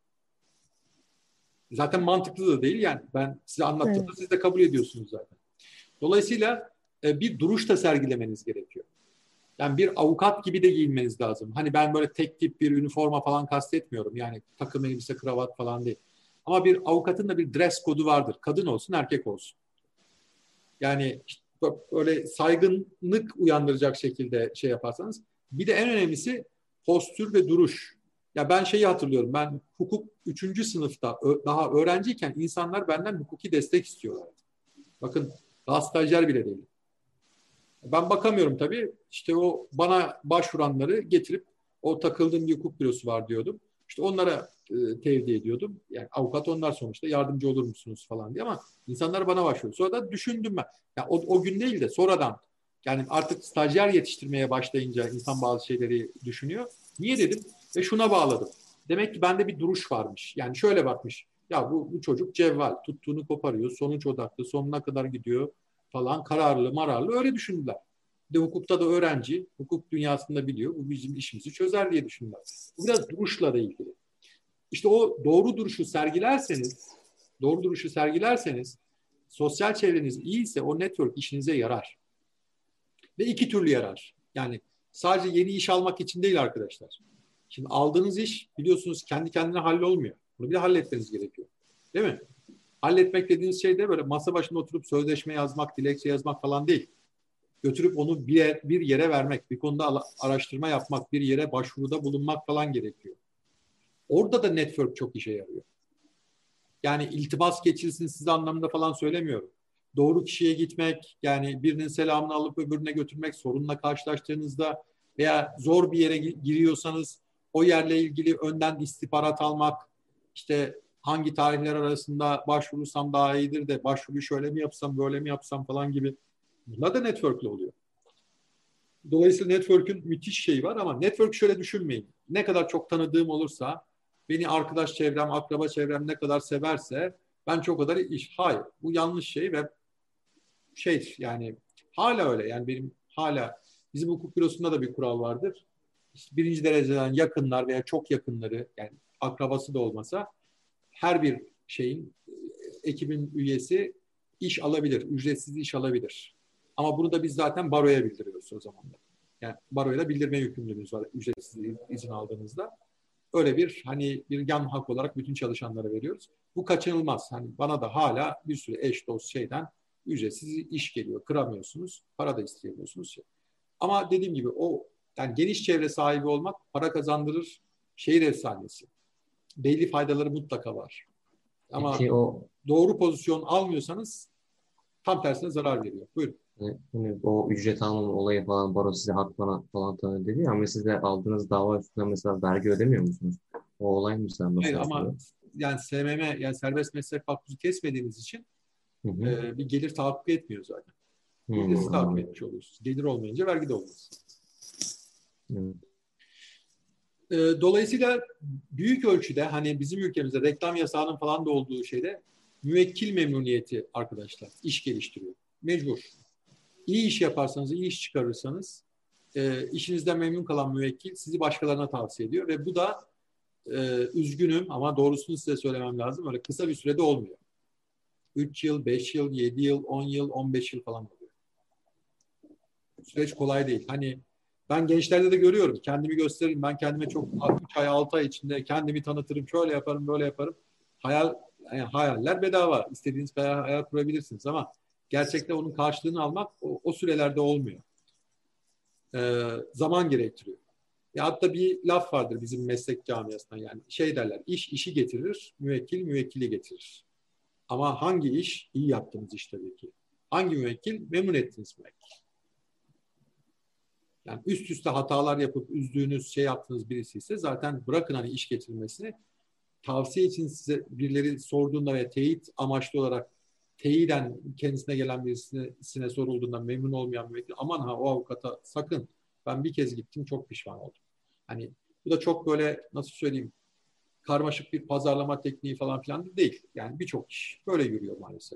Zaten mantıklı da değil yani. Ben size anlattığımda Evet. siz de kabul ediyorsunuz zaten. Dolayısıyla e, bir duruş da sergilemeniz gerekiyor. Yani bir avukat gibi de giyinmeniz lazım. Hani ben böyle tek tip bir üniforma falan kastetmiyorum. Yani takım elbise, kravat falan değil. Ama bir avukatın da bir dress kodu vardır. Kadın olsun, erkek olsun. Yani işte böyle saygınlık uyandıracak şekilde şey yaparsanız. Bir de en önemlisi postür ve duruş. Ya ben şeyi hatırlıyorum. Ben hukuk üçüncü sınıfta daha öğrenciyken insanlar benden hukuki destek istiyorlardı. Bakın daha stajyer bile değil. Ben bakamıyorum tabii. İşte o bana başvuranları getirip o takıldığım bir hukuk bürosu var diyordum. İşte onlara e, tevdi ediyordum. Yani avukat onlar sonuçta yardımcı olur musunuz falan diye ama insanlar bana başvuruyor. Sonra da düşündüm ben. Ya o, o gün değil de sonradan yani artık stajyer yetiştirmeye başlayınca insan bazı şeyleri düşünüyor. Niye dedim ve şuna bağladım. Demek ki bende bir duruş varmış. Yani şöyle bakmış. Ya bu, bu çocuk cevval, tuttuğunu koparıyor, sonuç odaklı, sonuna kadar gidiyor falan kararlı mararlı öyle düşündüler. De hukukta da öğrenci, hukuk dünyasında biliyor. Bu bizim işimizi çözer diye düşündüler. Bu biraz duruşla da ilgili. İşte o doğru duruşu sergilerseniz, doğru duruşu sergilerseniz sosyal çevreniz iyiyse o network işinize yarar. Ve iki türlü yarar. Yani sadece yeni iş almak için değil arkadaşlar. Şimdi aldığınız iş biliyorsunuz kendi kendine hallolmuyor. Bunu bir de halletmeniz gerekiyor. Değil mi? Halletmek dediğiniz şey de böyle masa başında oturup sözleşme yazmak, dilekçe yazmak falan değil. Götürüp onu bir, yer, bir yere vermek, bir konuda araştırma yapmak, bir yere başvuruda bulunmak falan gerekiyor. Orada da network çok işe yarıyor. Yani iltibas geçilsin size anlamında falan söylemiyorum. Doğru kişiye gitmek, yani birinin selamını alıp öbürüne götürmek, sorunla karşılaştığınızda veya zor bir yere giriyorsanız o yerle ilgili önden istihbarat almak, işte hangi tarihler arasında başvurursam daha iyidir de başvuruyu şöyle mi yapsam, böyle mi yapsam falan gibi. Bunlar da network'le oluyor. Dolayısıyla network'ün müthiş şeyi var ama network şöyle düşünmeyin. Ne kadar çok tanıdığım olursa, beni arkadaş çevrem, akraba çevrem ne kadar severse ben çok kadar iş. Hayır, bu yanlış şey ve şey yani hala öyle. Yani benim hala bizim hukuk bürosunda da bir kural vardır. İşte birinci dereceden yakınlar veya çok yakınları yani akrabası da olmasa her bir şeyin ekibin üyesi iş alabilir, ücretsiz iş alabilir. Ama bunu da biz zaten baroya bildiriyoruz o zaman da. Yani baroya da bildirme yükümlülüğünüz var ücretsiz izin aldığınızda. Öyle bir hani bir yan hak olarak bütün çalışanlara veriyoruz. Bu kaçınılmaz. Hani bana da hala bir sürü eş dost şeyden ücretsiz iş geliyor. Kıramıyorsunuz. Para da isteyemiyorsunuz. Ama dediğim gibi o yani geniş çevre sahibi olmak para kazandırır şehir efsanesi. Belli faydaları mutlaka var. Ama Peki o doğru pozisyon almıyorsanız tam tersine zarar veriyor. Buyurun. hani hani o ücret almama olayı falan baro size hak falan, falan tanıyor dedi ya ama siz de aldığınız dava üstüne mesela vergi ödemiyor musunuz? O olay mesela Hayır nasıl ama yapılıyor? yani S M M yani serbest meslek makbuzu kesmediğiniz için Hı hı. e, bir gelir tahakkuk etmiyor zaten. Hmm, Ücretsiz tahakkuk anladım. etmiş oluyorsunuz. Gelir olmayınca vergi de olmaz. Evet. E, dolayısıyla büyük ölçüde hani bizim ülkemizde reklam yasağının falan da olduğu şeyde müvekkil memnuniyeti arkadaşlar iş geliştiriyor. Mecbur. İyi iş yaparsanız, iyi iş çıkarırsanız e, işinizden memnun kalan müvekkil sizi başkalarına tavsiye ediyor ve bu da e, üzgünüm ama doğrusunu size söylemem lazım. Öyle kısa bir sürede olmuyor. üç yıl, beş yıl, yedi yıl, on yıl, on beş yıl falan oluyor. Süreç kolay değil. Hani ben gençlerde de görüyorum. Kendimi gösteririm. Ben kendime çok üç ay, altı ay içinde kendimi tanıtırım. Şöyle yaparım, böyle yaparım. hayal yani hayaller bedava. İstediğiniz kadar hayal kurabilirsiniz ama gerçekten onun karşılığını almak o, o sürelerde olmuyor. Ee, zaman gerektiriyor. Ya hatta bir laf vardır bizim meslek camiasından, yani şey derler, iş işi getirir, müvekkil müvekkili getirir. Ama hangi iş? İyi yaptığınız iş tabii ki. Hangi müvekkil? Memnun ettiğiniz müvekkil. Yani üst üste hatalar yapıp üzdüğünüz, şey yaptığınız birisi ise zaten bırakın hani iş getirmesini, tavsiye için size birileri sorduğunda ve teyit amaçlı olarak teyiden kendisine gelen birisine sorulduğunda memnun olmayan müvekkil, aman ha o avukata sakın, ben bir kez gittim çok pişman oldum. Hani bu da çok böyle nasıl söyleyeyim, karmaşık bir pazarlama tekniği falan filan değil. Yani birçok iş böyle yürüyor maalesef.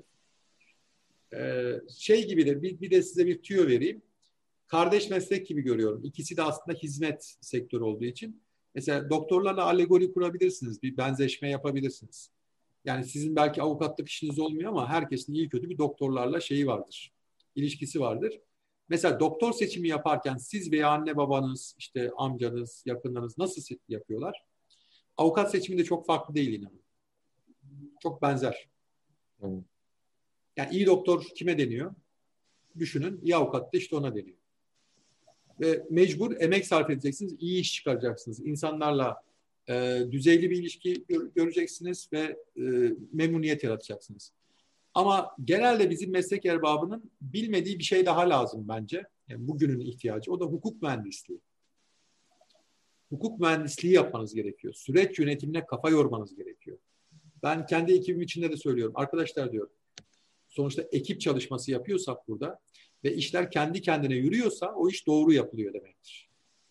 Ee, şey gibi de bir, bir de size bir tüyo vereyim. Kardeş meslek gibi görüyorum. İkisi de aslında hizmet sektörü olduğu için. Mesela doktorlarla alegori kurabilirsiniz. Bir benzeşme yapabilirsiniz. Yani sizin belki avukatlık işiniz olmuyor ama herkesin iyi kötü bir doktorlarla şeyi vardır. İlişkisi vardır. Mesela doktor seçimi yaparken siz veya anne babanız, işte amcanız, yakınlarınız nasıl yapıyorlar? Avukat seçimi de çok farklı değil inanın. Çok benzer. Evet. Yani iyi doktor kime deniyor? Düşünün. İyi avukat da işte ona deniyor. Ve mecbur emek sarf edeceksiniz. İyi iş çıkaracaksınız. İnsanlarla e, düzeyli bir ilişki gör, göreceksiniz ve e, memnuniyet yaratacaksınız. Ama genelde bizim meslek erbabının bilmediği bir şey daha lazım bence. Yani bugünün ihtiyacı. O da hukuk mühendisliği. Hukuk mühendisliği yapmanız gerekiyor. Süreç yönetimine kafa yormanız gerekiyor. Ben kendi ekibim içinde de söylüyorum. Arkadaşlar diyorum, sonuçta ekip çalışması yapıyorsak burada ve işler kendi kendine yürüyorsa o iş doğru yapılıyor demektir.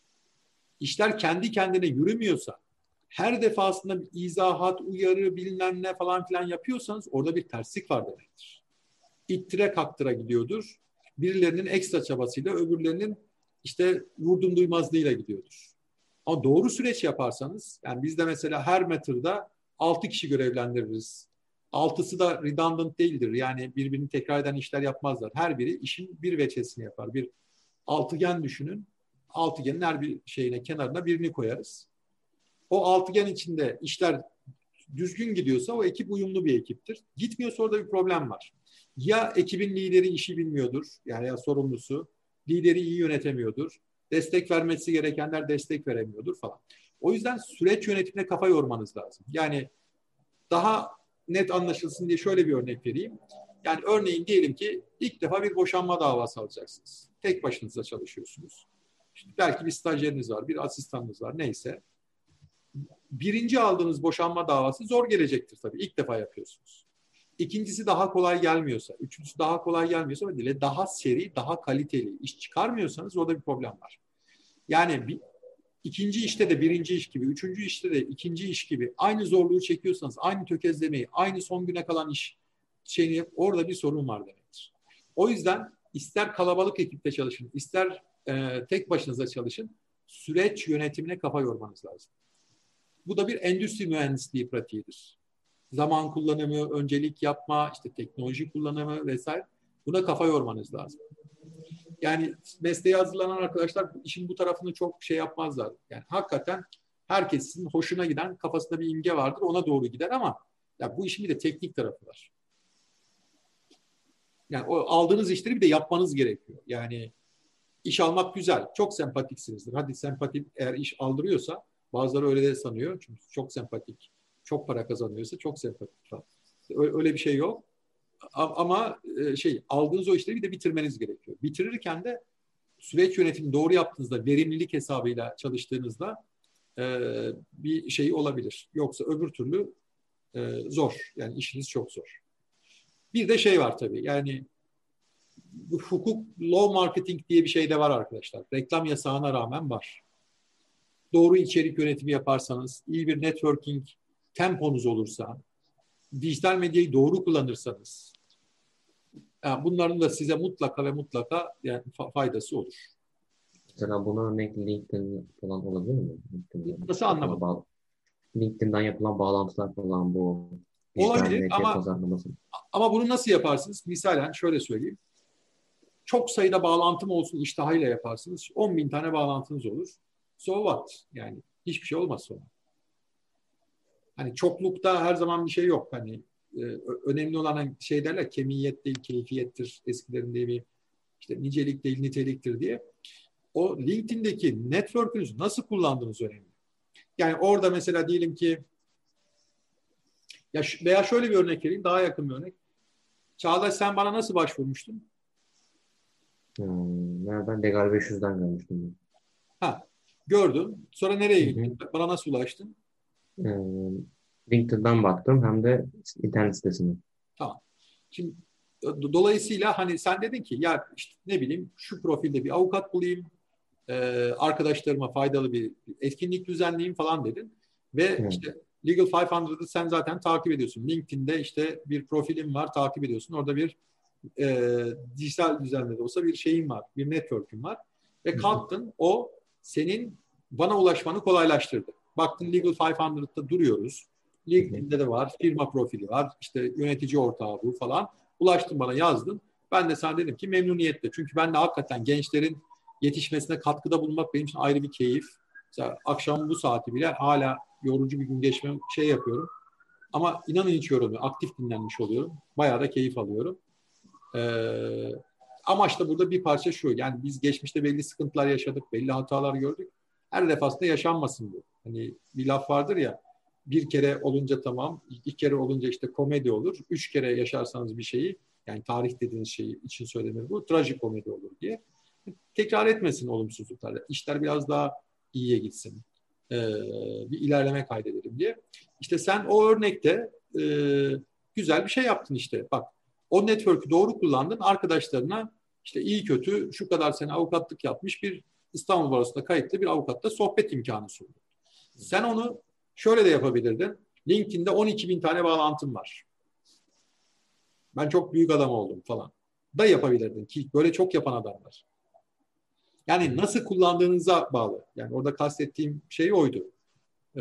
İşler kendi kendine yürümüyorsa, her defasında bir izahat, uyarı, bilmem ne falan filan yapıyorsanız orada bir terslik var demektir. İttire kaktıra gidiyordur. Birilerinin ekstra çabasıyla öbürlerinin işte vurdum duymazlığıyla gidiyordur. Ama doğru süreç yaparsanız, yani biz de mesela her matter'da altı kişi görevlendiririz. Altısı da redundant değildir. Yani birbirini tekrar eden işler yapmazlar. Her biri işin bir veçesini yapar. Bir altıgen düşünün. Altıgenin her bir şeyine, kenarına birini koyarız. O altıgen içinde işler düzgün gidiyorsa o ekip uyumlu bir ekiptir. Gitmiyorsa orada bir problem var. Ya ekibin lideri işi bilmiyordur, yani ya sorumlusu, lideri iyi yönetemiyordur, destek vermesi gerekenler destek veremiyordur falan. O yüzden süreç yönetimine kafa yormanız lazım. Yani daha net anlaşılsın diye şöyle bir örnek vereyim. Yani örneğin diyelim ki ilk defa bir boşanma davası alacaksınız. Tek başınıza çalışıyorsunuz. İşte belki bir stajyeriniz var, bir asistanınız var, neyse. Birinci aldığınız boşanma davası zor gelecektir tabii. İlk defa yapıyorsunuz. İkincisi daha kolay gelmiyorsa, üçüncüsü daha kolay gelmiyorsa ve daha seri, daha kaliteli iş çıkarmıyorsanız orada bir problem var. Yani bir, ikinci işte de birinci iş gibi, üçüncü işte de ikinci iş gibi aynı zorluğu çekiyorsanız, aynı tökezlemeyi, aynı son güne kalan iş şeyini, orada bir sorun var demektir. O yüzden ister kalabalık ekipte çalışın, ister e, tek başınıza çalışın, süreç yönetimine kafa yormanız lazım. Bu da bir endüstri mühendisliği pratiğidir. Zaman kullanımı, öncelik yapma, işte teknoloji kullanımı vesaire. Buna kafa yormanız lazım. Yani mesleğe hazırlanan arkadaşlar işin bu tarafını çok şey yapmazlar. Yani hakikaten herkesin hoşuna giden, kafasında bir imge vardır, ona doğru gider ama ya bu işin bir de teknik tarafı var. Yani o aldığınız işleri bir de yapmanız gerekiyor. Yani iş almak güzel, çok sempatiksinizdir. Hadi sempatik eğer iş aldırıyorsa, bazıları öyle de sanıyor. Çünkü çok sempatik, çok para kazanıyorsa çok sempatik falan. Öyle bir şey yok. Ama şey, aldığınız o işleri bir de bitirmeniz gerekiyor. Bitirirken de süreç yönetimini doğru yaptığınızda, verimlilik hesabıyla çalıştığınızda e, bir şey olabilir. Yoksa öbür türlü e, zor. Yani işiniz çok zor. Bir de şey var tabii. Yani bu hukuk, law marketing diye bir şey de var arkadaşlar. Reklam yasağına rağmen var. Doğru içerik yönetimi yaparsanız, iyi bir networking temponuz olursa, dijital medyayı doğru kullanırsanız, yani bunların da size mutlaka ve mutlaka yani faydası olur. Mesela buna örnek LinkedIn falan olabilir mi? LinkedIn'den Nasıl anlamadım? bağ- LinkedIn'den yapılan bağlantılar falan, bu dijital Olabilir medya ama pazarlaması. ama bunu nasıl yaparsınız? Misalen şöyle söyleyeyim. Çok sayıda bağlantım olsun iştahıyla yaparsınız. on bin tane bağlantınız olur. So what? Yani hiçbir şey olmaz sonra. Hani çoklukta her zaman bir şey yok. Hani e, önemli olan hani şey derler, kemiyet değil keyfiyettir. Eskilerin diye bir işte nicelik değil niteliktir diye. O LinkedIn'deki network'ünüzü nasıl kullandığınız önemli. Yani orada mesela diyelim ki ya veya şöyle bir örnek vereyim, daha yakın bir örnek. Çağdaş, sen bana nasıl başvurmuştun? Hmm, nereden? Legal beş yüzden görmüştüm Ha, gördün. Sonra nereye ben. Hı hı. gittin? Bana nasıl ulaştın? Ee, LinkedIn'dan baktım hem de internet sitesine. Tamam. Şimdi do- dolayısıyla hani sen dedin ki ya işte ne bileyim şu profilde bir avukat bulayım, e, arkadaşlarıma faydalı bir etkinlik düzenleyeyim falan dedin. Ve Evet. işte Legal beş yüzü sen zaten takip ediyorsun. LinkedIn'de işte bir profilim var, takip ediyorsun. Orada bir e, dijital düzenli de olsa bir şeyin var, bir network'ün var. Ve Hı hı. kalktın, o senin bana ulaşmanı kolaylaştırdı. Baktın Legal beş yüzde duruyoruz. Hı hı. LinkedIn'de de var, firma profili var, işte yönetici ortağı bu falan. Ulaştın bana, yazdın. Ben de sana dedim ki memnuniyetle. Çünkü ben de hakikaten gençlerin yetişmesine katkıda bulunmak benim için ayrı bir keyif. Mesela akşam bu saati bile hala yorucu bir gün geçmem şey yapıyorum. Ama inanın hiç yorulmuyor. Aktif dinlenmiş oluyorum. Bayağı da keyif alıyorum. Ee, Amaç da burada bir parça şu. Yani biz geçmişte belli sıkıntılar yaşadık, belli hatalar gördük. Her defasında yaşanmasın bu. Hani bir laf vardır ya, bir kere olunca tamam, iki kere olunca işte komedi olur. Üç kere yaşarsanız bir şeyi, yani tarih dediğiniz şeyi için söylenir bu, trajikomedi olur diye. Tekrar etmesin olumsuzluklar. İşler biraz daha iyiye gitsin. Ee, Bir ilerleme kaydedelim diye. İşte sen o örnekte e, güzel bir şey yaptın işte. Bak, o network'ü doğru kullandın. Arkadaşlarına işte iyi kötü şu kadar sene avukatlık yapmış bir İstanbul Barosu'nda kayıtlı bir avukatla sohbet imkanı sundun. Sen onu şöyle de yapabilirdin. LinkedIn'de on iki bin tane bağlantım var. Ben çok büyük adam oldum falan. Da yapabilirdin ki böyle çok yapan adamlar. Yani nasıl kullandığınıza bağlı. Yani orada kastettiğim şey oydu. Ee,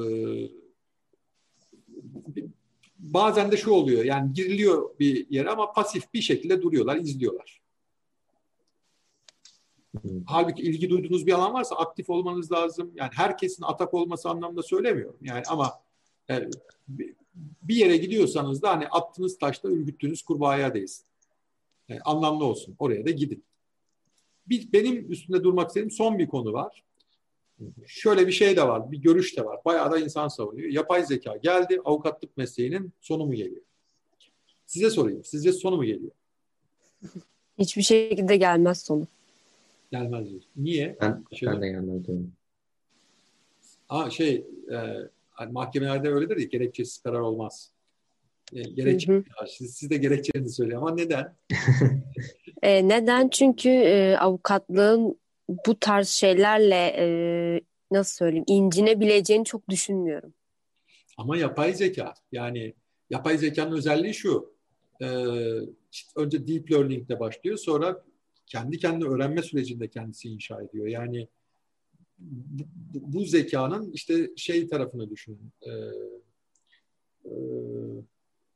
Bazen de şu oluyor. Yani giriliyor bir yere ama pasif bir şekilde duruyorlar, izliyorlar. Hı hı. Halbuki ilgi duyduğunuz bir alan varsa aktif olmanız lazım. Yani herkesin atak olması anlamında söylemiyorum. Yani ama yani bir yere gidiyorsanız da hani attığınız taşla ürküttüğünüz kurbağaya değsin. Yani anlamlı olsun. Oraya da gidin. Bir, benim üstünde durmak istediğim son bir konu var. Şöyle bir şey de var, bir görüş de var. Bayağı da insan savunuyor. Yapay zeka geldi, avukatlık mesleğinin sonu mu geliyor? Size sorayım, sizce sonu mu geliyor? Hiçbir şekilde gelmez sonu. Gelmez diyor. Niye? Ben, ben Şöyle, de yanıldım. ha şey, e, hani mahkemelerde öyledir ya, gerekçesiz karar olmaz. E, Hı gerekçe, hı. siz, siz de gerekçenizi söyleyin ama neden? E, neden? Çünkü e, avukatlığın bu tarz şeylerle e, nasıl söyleyeyim incinebileceğini çok düşünmüyorum. Ama yapay zeka, yani yapay zekanın özelliği şu. E, işte önce deep learning ile başlıyor, sonra kendi kendine öğrenme sürecinde kendisi inşa ediyor. Yani bu, bu zekanın işte şey tarafını düşünün. E, e,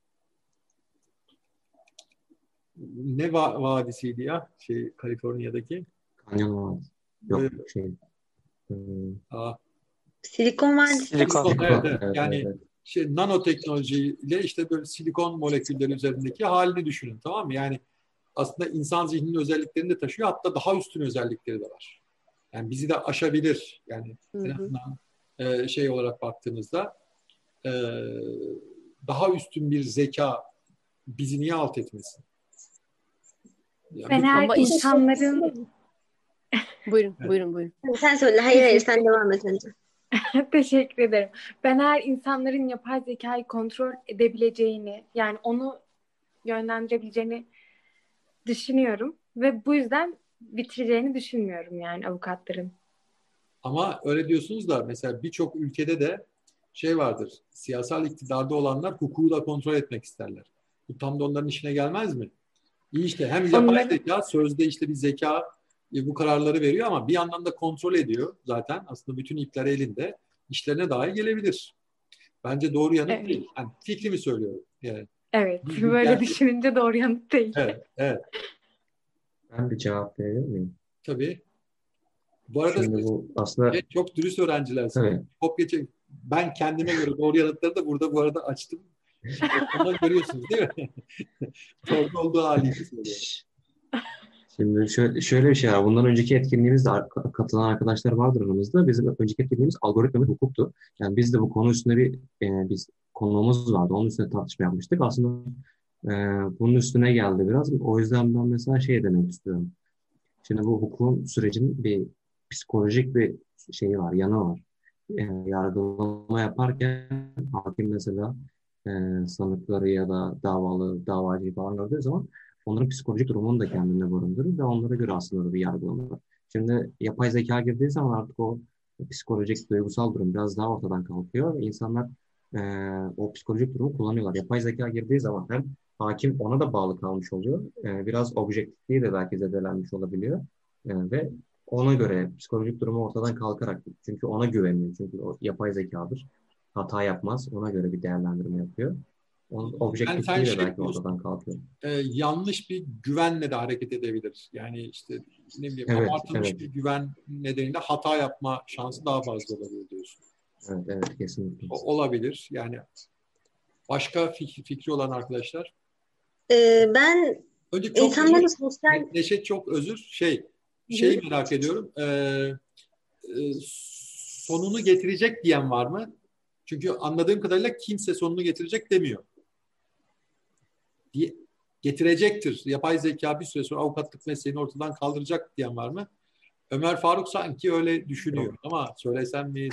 ne va vadisiydi ya? Şey, Kaliforniya'daki. Kanyon var. E, Yok şey. Hmm. ah, Silikon Vadisi. silikon, Silikon. evet, Silikon. evet. Evet, evet, Yani evet. şey, nanoteknolojiyle işte böyle silikon molekülleri üzerindeki halini düşünün, tamam mı? Yani aslında insan zihninin özelliklerini de taşıyor. Hatta daha üstün özellikleri de var. Yani bizi de aşabilir. Yani Hı en hı. azından e, şey olarak baktığınızda e, daha üstün bir zeka bizi niye alt etmesin? Yani Ben bu, eğer Ama iş insanların buyurun evet. buyurun buyurun. sen söyle, hayır hayır sen devam et önce. Teşekkür ederim. Ben eğer insanların yapay zekayı kontrol edebileceğini, yani onu yönlendirebileceğini düşünüyorum ve bu yüzden bitireceğini düşünmüyorum yani avukatların. Ama öyle diyorsunuz da mesela birçok ülkede de şey vardır. Siyasal iktidarda olanlar hukuku da kontrol etmek isterler. Bu tam da onların işine gelmez mi? İyi işte, hem yapay Onların zeka sözde işte bir zeka e, bu kararları veriyor ama bir yandan da kontrol ediyor zaten. Aslında bütün ipler elinde. İşlerine dahi gelebilir. Bence doğru yanıt evet, değil. Yani fikrimi söylüyorum. Yani evet bir, bir böyle gerçek. düşününce doğru yanıt değil. Evet, evet. Ben bir cevap verebilir miyim? Tabii. Bu arada Şimdi siz bu şey, aslında çok dürüst öğrencilersiniz. tabii Kopya çek. ben kendime göre doğru yanıtları da burada bu arada açtım. Onları görüyorsunuz değil mi? Doğru olduğu haliyle söylüyorum. Şimdi şöyle, şöyle bir şey var. Bundan önceki etkinliğimizde ar- katılan arkadaşlar vardır aramızda. Bizim önceki etkinliğimiz algoritma ve hukuktu. Yani biz de bu konu üstünde bir e, biz konuğumuz vardı. Onun üstüne tartışma yapmıştık. Aslında e, bunun üstüne geldi biraz. O yüzden ben mesela şey demek istiyorum. Şimdi bu hukukun sürecin bir psikolojik bir şeyi var, yanı var. E, yargılama yaparken hakim mesela e, sanıkları ya da davalı, davacıyı falan gördüğü zaman onların psikolojik durumunu da kendine barındırır ve onlara göre aslında bir yargılama var. Şimdi yapay zeka girdiği zaman artık o psikolojik, duygusal durum biraz daha ortadan kalkıyor ve insanlar e, o psikolojik durumu kullanıyorlar. Yapay zeka girdiği zaman hem hakim ona da bağlı kalmış oluyor. E, biraz objektifliği de belki zedelenmiş olabiliyor. E, ve ona göre psikolojik durumu ortadan kalkarak, çünkü ona güveniyor. Çünkü o yapay zekadır. Hata yapmaz. Ona göre bir değerlendirme yapıyor. Onun Yani sen objektifliği de şey belki diyorsun, ortadan kalkıyor. e, yanlış bir güvenle de hareket edebilir. Yani işte ne bileyim Evet, abartılmış evet. bir güven nedeniyle hata yapma şansı daha fazla olabilir diyorsun. Evet, evet, kesinlikle. O, olabilir. Yani başka fikri, fikri olan arkadaşlar. Ee, ben Önce çok özür, insanların sosyal Ne- Neşet çok özür. Şey, şeyi merak ediyorum. Ee, e, sonunu getirecek diyen var mı? Çünkü anladığım kadarıyla kimse sonunu getirecek demiyor. Diye, getirecektir. Yapay zeka bir süre sonra avukatlık mesleğini ortadan kaldıracak diyen var mı? Ömer Faruk sanki öyle düşünüyor ama söylesem mi?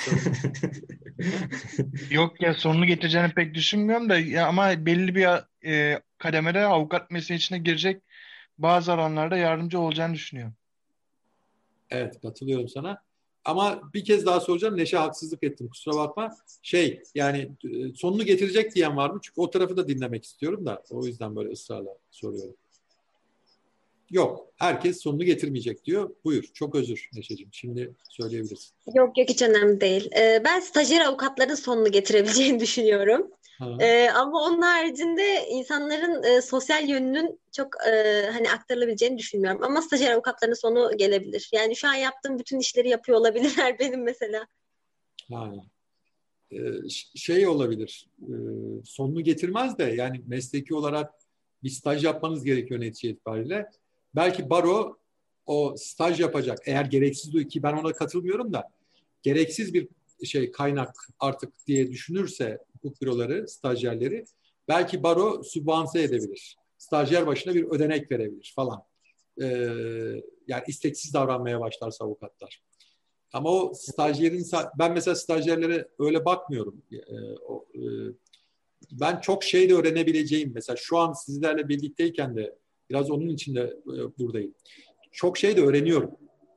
Yok ya, sonunu getireceğini pek düşünmüyorum da ya, ama belli bir e, kademede avukat mesleği içine girecek bazı alanlarda yardımcı olacağını düşünüyorum. Evet, katılıyorum sana. Ama bir kez daha soracağım. Neşe, haksızlık ettim. Kusura bakma. Şey, yani e, sonunu getirecek diyen var mı? Çünkü o tarafı da dinlemek istiyorum da. O yüzden böyle ısrarla soruyorum. Yok. Herkes sonunu getirmeyecek diyor. Buyur. Çok özür Neşeciğim. Şimdi söyleyebilirsin. Yok yok hiç önemli değil. Ee, ben stajyer avukatların sonunu getirebileceğini düşünüyorum. Ha. Ee, ama onun haricinde insanların e, sosyal yönünün çok e, hani aktarılabileceğini düşünmüyorum. Ama stajyer avukatların sonu gelebilir. Yani şu an yaptığım bütün işleri yapıyor olabilirler benim mesela. Yani e, şey olabilir. E, sonunu getirmez de yani mesleki olarak bir staj yapmanız gerekiyor netice itibariyle. Belki baro o staj yapacak. Eğer gereksiz duy ki ben ona katılmıyorum da gereksiz bir şey kaynak artık diye düşünürse hukuk büroları, stajyerleri belki baro sübvanse edebilir. Stajyer başına bir ödenek verebilir falan. Ee, yani isteksiz davranmaya başlarsa avukatlar. Ama o stajyerin, ben mesela stajyerlere öyle bakmıyorum. Ee, o, e, ben çok şey de öğrenebileceğim. Mesela şu an sizlerle birlikteyken de biraz onun için de e, buradayım. Çok şey de öğreniyorum.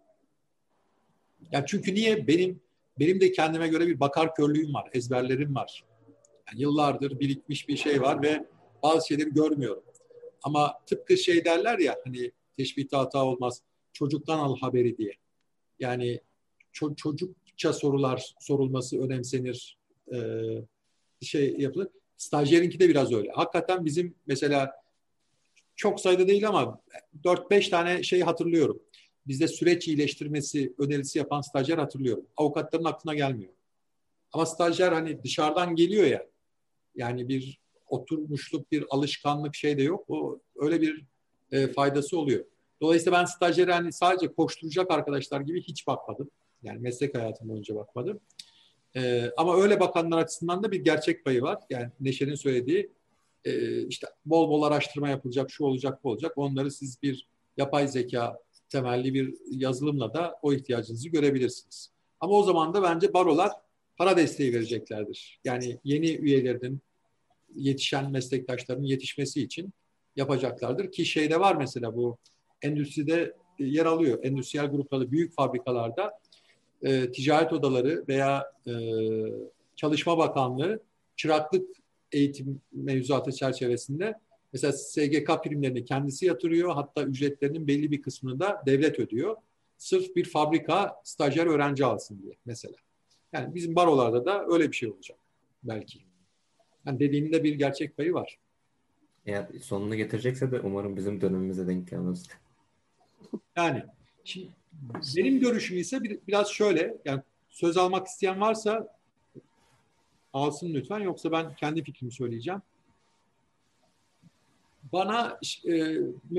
Yani çünkü niye? Benim benim de kendime göre bir bakar körlüğüm var, ezberlerim var. Yani yıllardır birikmiş bir şey var ve bazı şeyleri görmüyorum. Ama tıpkı şey derler ya hani teşbihte hata olmaz. Çocuktan al haberi diye. Yani ço- çocukça sorular sorulması önemsenir. Ee, şey yapılır. Stajyerinki de biraz öyle. Hakikaten bizim mesela çok sayıda değil ama dört beş tane şey hatırlıyorum. Bizde süreç iyileştirmesi önerisi yapan stajyer hatırlıyorum. Avukatların aklına gelmiyor. Ama stajyer hani dışarıdan geliyor ya. Yani bir oturmuşluk, bir alışkanlık şey de yok. O öyle bir e, faydası oluyor. Dolayısıyla ben stajyere hani sadece koşturacak arkadaşlar gibi hiç bakmadım. Yani meslek hayatım boyunca bakmadım. E, ama öyle bakanlar açısından da bir gerçek payı var. Yani Neşe'nin söylediği e, işte bol bol araştırma yapılacak, şu olacak, bu olacak. Onları siz bir yapay zeka temelli bir yazılımla da o ihtiyacınızı görebilirsiniz. Ama o zaman da bence barolar para desteği vereceklerdir. Yani yeni üyelerinin, yetişen meslektaşların yetişmesi için yapacaklardır. Ki şeyde var mesela bu endüstride yer alıyor. Endüstriyel gruplarda, büyük fabrikalarda e, ticaret odaları veya e, Çalışma Bakanlığı çıraklık eğitim mevzuatı çerçevesinde mesela S G K primlerini kendisi yatırıyor. Hatta ücretlerinin belli bir kısmını da devlet ödüyor. Sırf bir fabrika stajyer öğrenci alsın diye mesela. Yani bizim barolarda da öyle bir şey olacak belki. Yani dediğinin de bir gerçek payı var. Eğer sonunu getirecekse de umarım bizim dönemimize denk gelmez. Yani şimdi benim görüşüm ise bir, biraz şöyle, yani söz almak isteyen varsa alsın lütfen, yoksa ben kendi fikrimi söyleyeceğim. Bana e,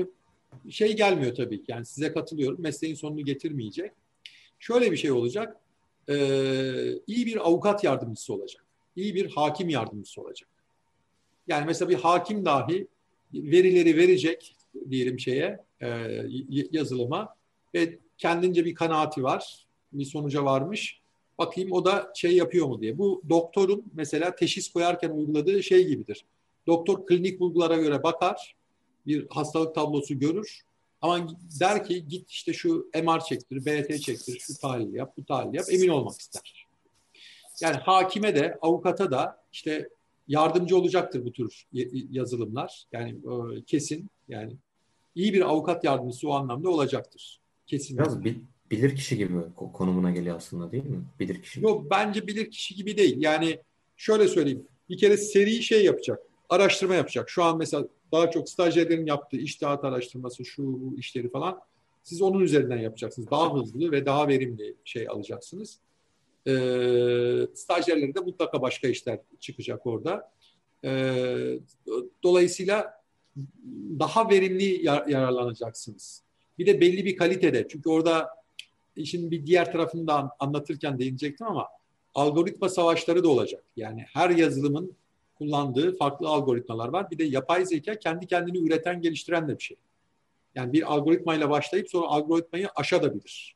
şey gelmiyor tabii ki. Yani size katılıyorum. Mesleğin sonunu getirmeyecek. Şöyle bir şey olacak. E, iyi bir avukat yardımcısı olacak. İyi bir hakim yardımcısı olacak. Yani mesela bir hakim dahi verileri verecek diyelim şeye, e, yazılıma ve kendince bir kanaati var. Bir sonuca varmış. Bakayım o da şey yapıyor mu diye. Bu doktorun mesela teşhis koyarken uyguladığı şey gibidir. Doktor klinik bulgulara göre bakar, bir hastalık tablosu görür. Ama der ki git işte şu M R çektir, B T çektir, şu tahlil yap, bu tahlil yap, emin olmak ister. Yani hakime de, avukata da işte yardımcı olacaktır bu tür yazılımlar. Yani e, kesin, yani iyi bir avukat yardımcısı o anlamda olacaktır. Kesin. Biraz bil, bilir kişi gibi konumuna geliyor aslında, değil mi? Bilir kişi. Yok, bence bilir kişi gibi değil. Yani şöyle söyleyeyim. Bir kere seri şey yapacak. Araştırma yapacak. Şu an mesela daha çok stajyerlerin yaptığı içtihat araştırması, şu bu işleri falan. Siz onun üzerinden yapacaksınız. Daha hızlı ve daha verimli şey alacaksınız. Ee, stajyerlere de mutlaka başka işler çıkacak orada. Ee, dolayısıyla daha verimli yar- yararlanacaksınız. Bir de belli bir kalitede. Çünkü orada işin bir diğer tarafını da anlatırken değinecektim ama algoritma savaşları da olacak. Yani her yazılımın kullandığı farklı algoritmalar var. Bir de yapay zeka kendi kendini üreten, geliştiren de bir şey. Yani bir algoritmayla başlayıp sonra algoritmayı aşabilir.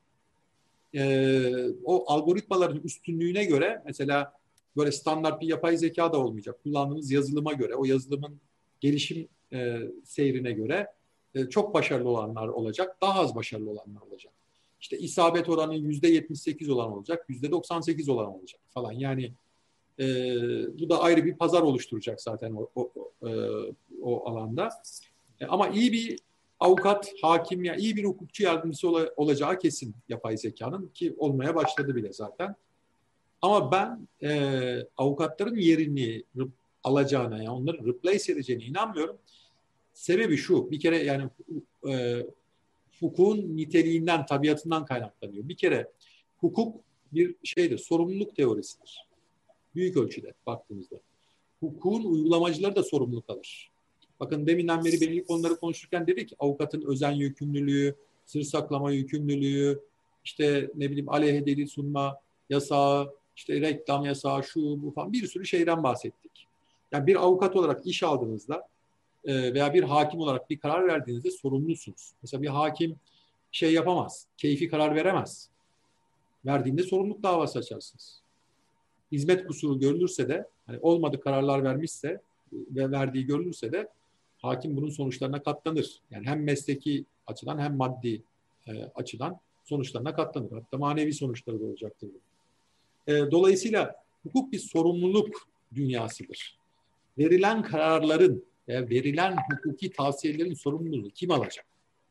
Ee, o algoritmaların üstünlüğüne göre mesela böyle standart bir yapay zeka da olmayacak. Kullandığımız yazılıma göre, o yazılımın gelişim e, seyrine göre e, çok başarılı olanlar olacak, daha az başarılı olanlar olacak. İşte isabet oranı yüzde yetmiş sekiz olan olacak, yüzde doksan sekiz olan olacak falan. Yani e, bu da ayrı bir pazar oluşturacak zaten o, o, o, e, o alanda. E, ama iyi bir avukat, hakim, ya iyi bir hukukçu yardımcısı ola, olacağı kesin yapay zekanın, ki olmaya başladı bile zaten. Ama ben e, avukatların yerini alacağına, yani onları replace edeceğine inanmıyorum. Sebebi şu, bir kere yani e, hukukun niteliğinden, tabiatından kaynaklanıyor. Bir kere hukuk bir şeydir, sorumluluk teorisidir. Büyük ölçüde baktığımızda. Hukukun uygulamacıları da sorumluluk alır. Bakın deminden beri belli konuları konuşurken dedik ki avukatın özen yükümlülüğü, sır saklama yükümlülüğü, işte ne bileyim aleyhe delil sunma yasağı, işte reklam yasağı, şu bu falan, bir sürü şeyden bahsettik. Yani bir avukat olarak iş aldığınızda veya bir hakim olarak bir karar verdiğinizde sorumlusunuz. Mesela bir hakim şey yapamaz, keyfi karar veremez. Verdiğinde sorumluluk davası açarsınız. Hizmet kusuru görülürse de, hani olmadı kararlar vermişse ve verdiği görülürse de hakim bunun sonuçlarına katlanır. Yani hem mesleki açıdan hem maddi e, açıdan sonuçlarına katlanır. Hatta manevi sonuçları da olacaktır. E, dolayısıyla hukuk bir sorumluluk dünyasıdır. Verilen kararların veya verilen hukuki tavsiyelerin sorumluluğunu kim alacak?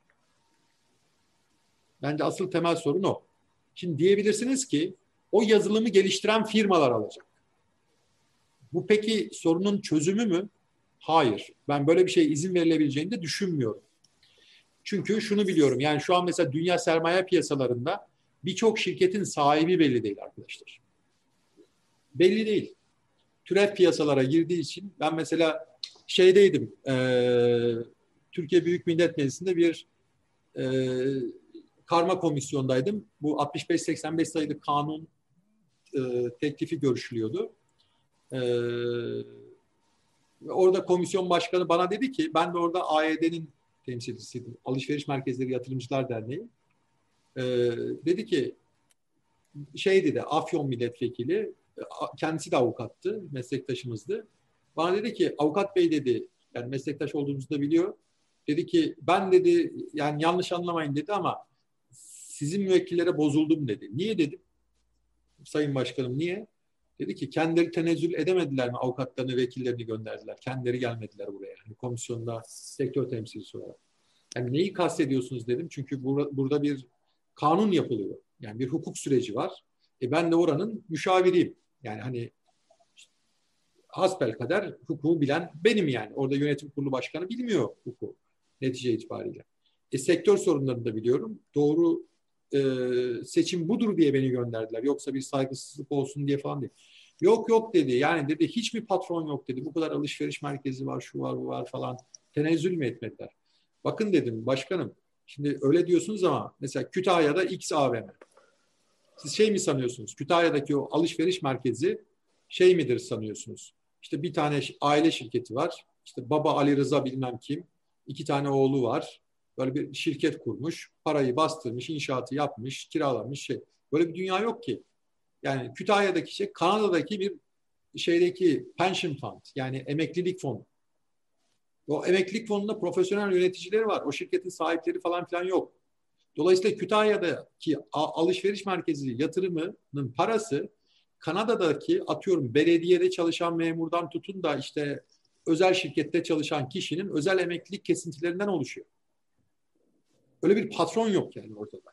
Bence asıl temel sorun o. Şimdi diyebilirsiniz ki o yazılımı geliştiren firmalar alacak. Bu peki sorunun çözümü mü? Hayır. Ben böyle bir şeye izin verilebileceğini de düşünmüyorum. Çünkü şunu biliyorum. Yani şu an mesela dünya sermaye piyasalarında birçok şirketin sahibi belli değil arkadaşlar. Belli değil. Türev piyasalara girdiği için ben mesela şeydeydim. E, Türkiye Büyük Millet Meclisi'nde bir e, karma komisyondaydım. Bu altmış beş seksen beş sayılı kanun e, teklifi görüşülüyordu. E, orada komisyon başkanı bana dedi ki, ben de orada A Y D'nin temsilcisiydim. Alışveriş Merkezleri Yatırımcılar Derneği. E, dedi ki, şey dedi, Afyon milletvekili, kendisi de avukattı, meslektaşımızdı. Bana dedi ki, avukat bey dedi, yani meslektaş olduğumuzu da biliyor. Dedi ki, ben dedi, yani yanlış anlamayın dedi ama sizin müvekkillere bozuldum dedi. Niye dedim? Sayın Başkanım niye? Dedi ki, kendileri tenezzül edemediler mi, avukatlarını, vekillerini gönderdiler. Kendileri gelmediler buraya. Yani komisyonda sektör temsilcisi olarak. Yani neyi kastediyorsunuz dedim. Çünkü bur- burada bir kanun yapılıyor. Yani bir hukuk süreci var. E ben de oranın müşaviriyim. Yani hani hasbelkader hukuku bilen benim yani. Orada yönetim kurulu başkanı bilmiyor hukuku netice itibariyle. E, sektör sorunlarını da biliyorum. Doğru e, seçim budur diye beni gönderdiler. Yoksa bir saygısızlık olsun diye falan değil. Yok yok dedi. Yani dedi hiçbir patron yok dedi. Bu kadar alışveriş merkezi var, şu var, bu var falan. Tenezzül mü etmediler? Bakın dedim başkanım. Şimdi öyle diyorsunuz ama mesela Kütahya'da X A V M. Siz şey mi sanıyorsunuz? Kütahya'daki o alışveriş merkezi şey midir sanıyorsunuz? İşte bir tane aile şirketi var. İşte baba Ali Rıza bilmem kim. İki tane oğlu var. Böyle bir şirket kurmuş. Parayı bastırmış, inşaatı yapmış, kiralamış şey. Böyle bir dünya yok ki. Yani Kütahya'daki şey Kanada'daki bir şeydeki pension fund, yani emeklilik fonu. O emeklilik fonunda profesyonel yöneticileri var. O şirketin sahipleri falan filan yok. Dolayısıyla Kütahya'daki alışveriş merkezi yatırımının parası Kanada'daki atıyorum belediyede çalışan memurdan tutun da işte özel şirkette çalışan kişinin özel emeklilik kesintilerinden oluşuyor. Öyle bir patron yok yani ortada.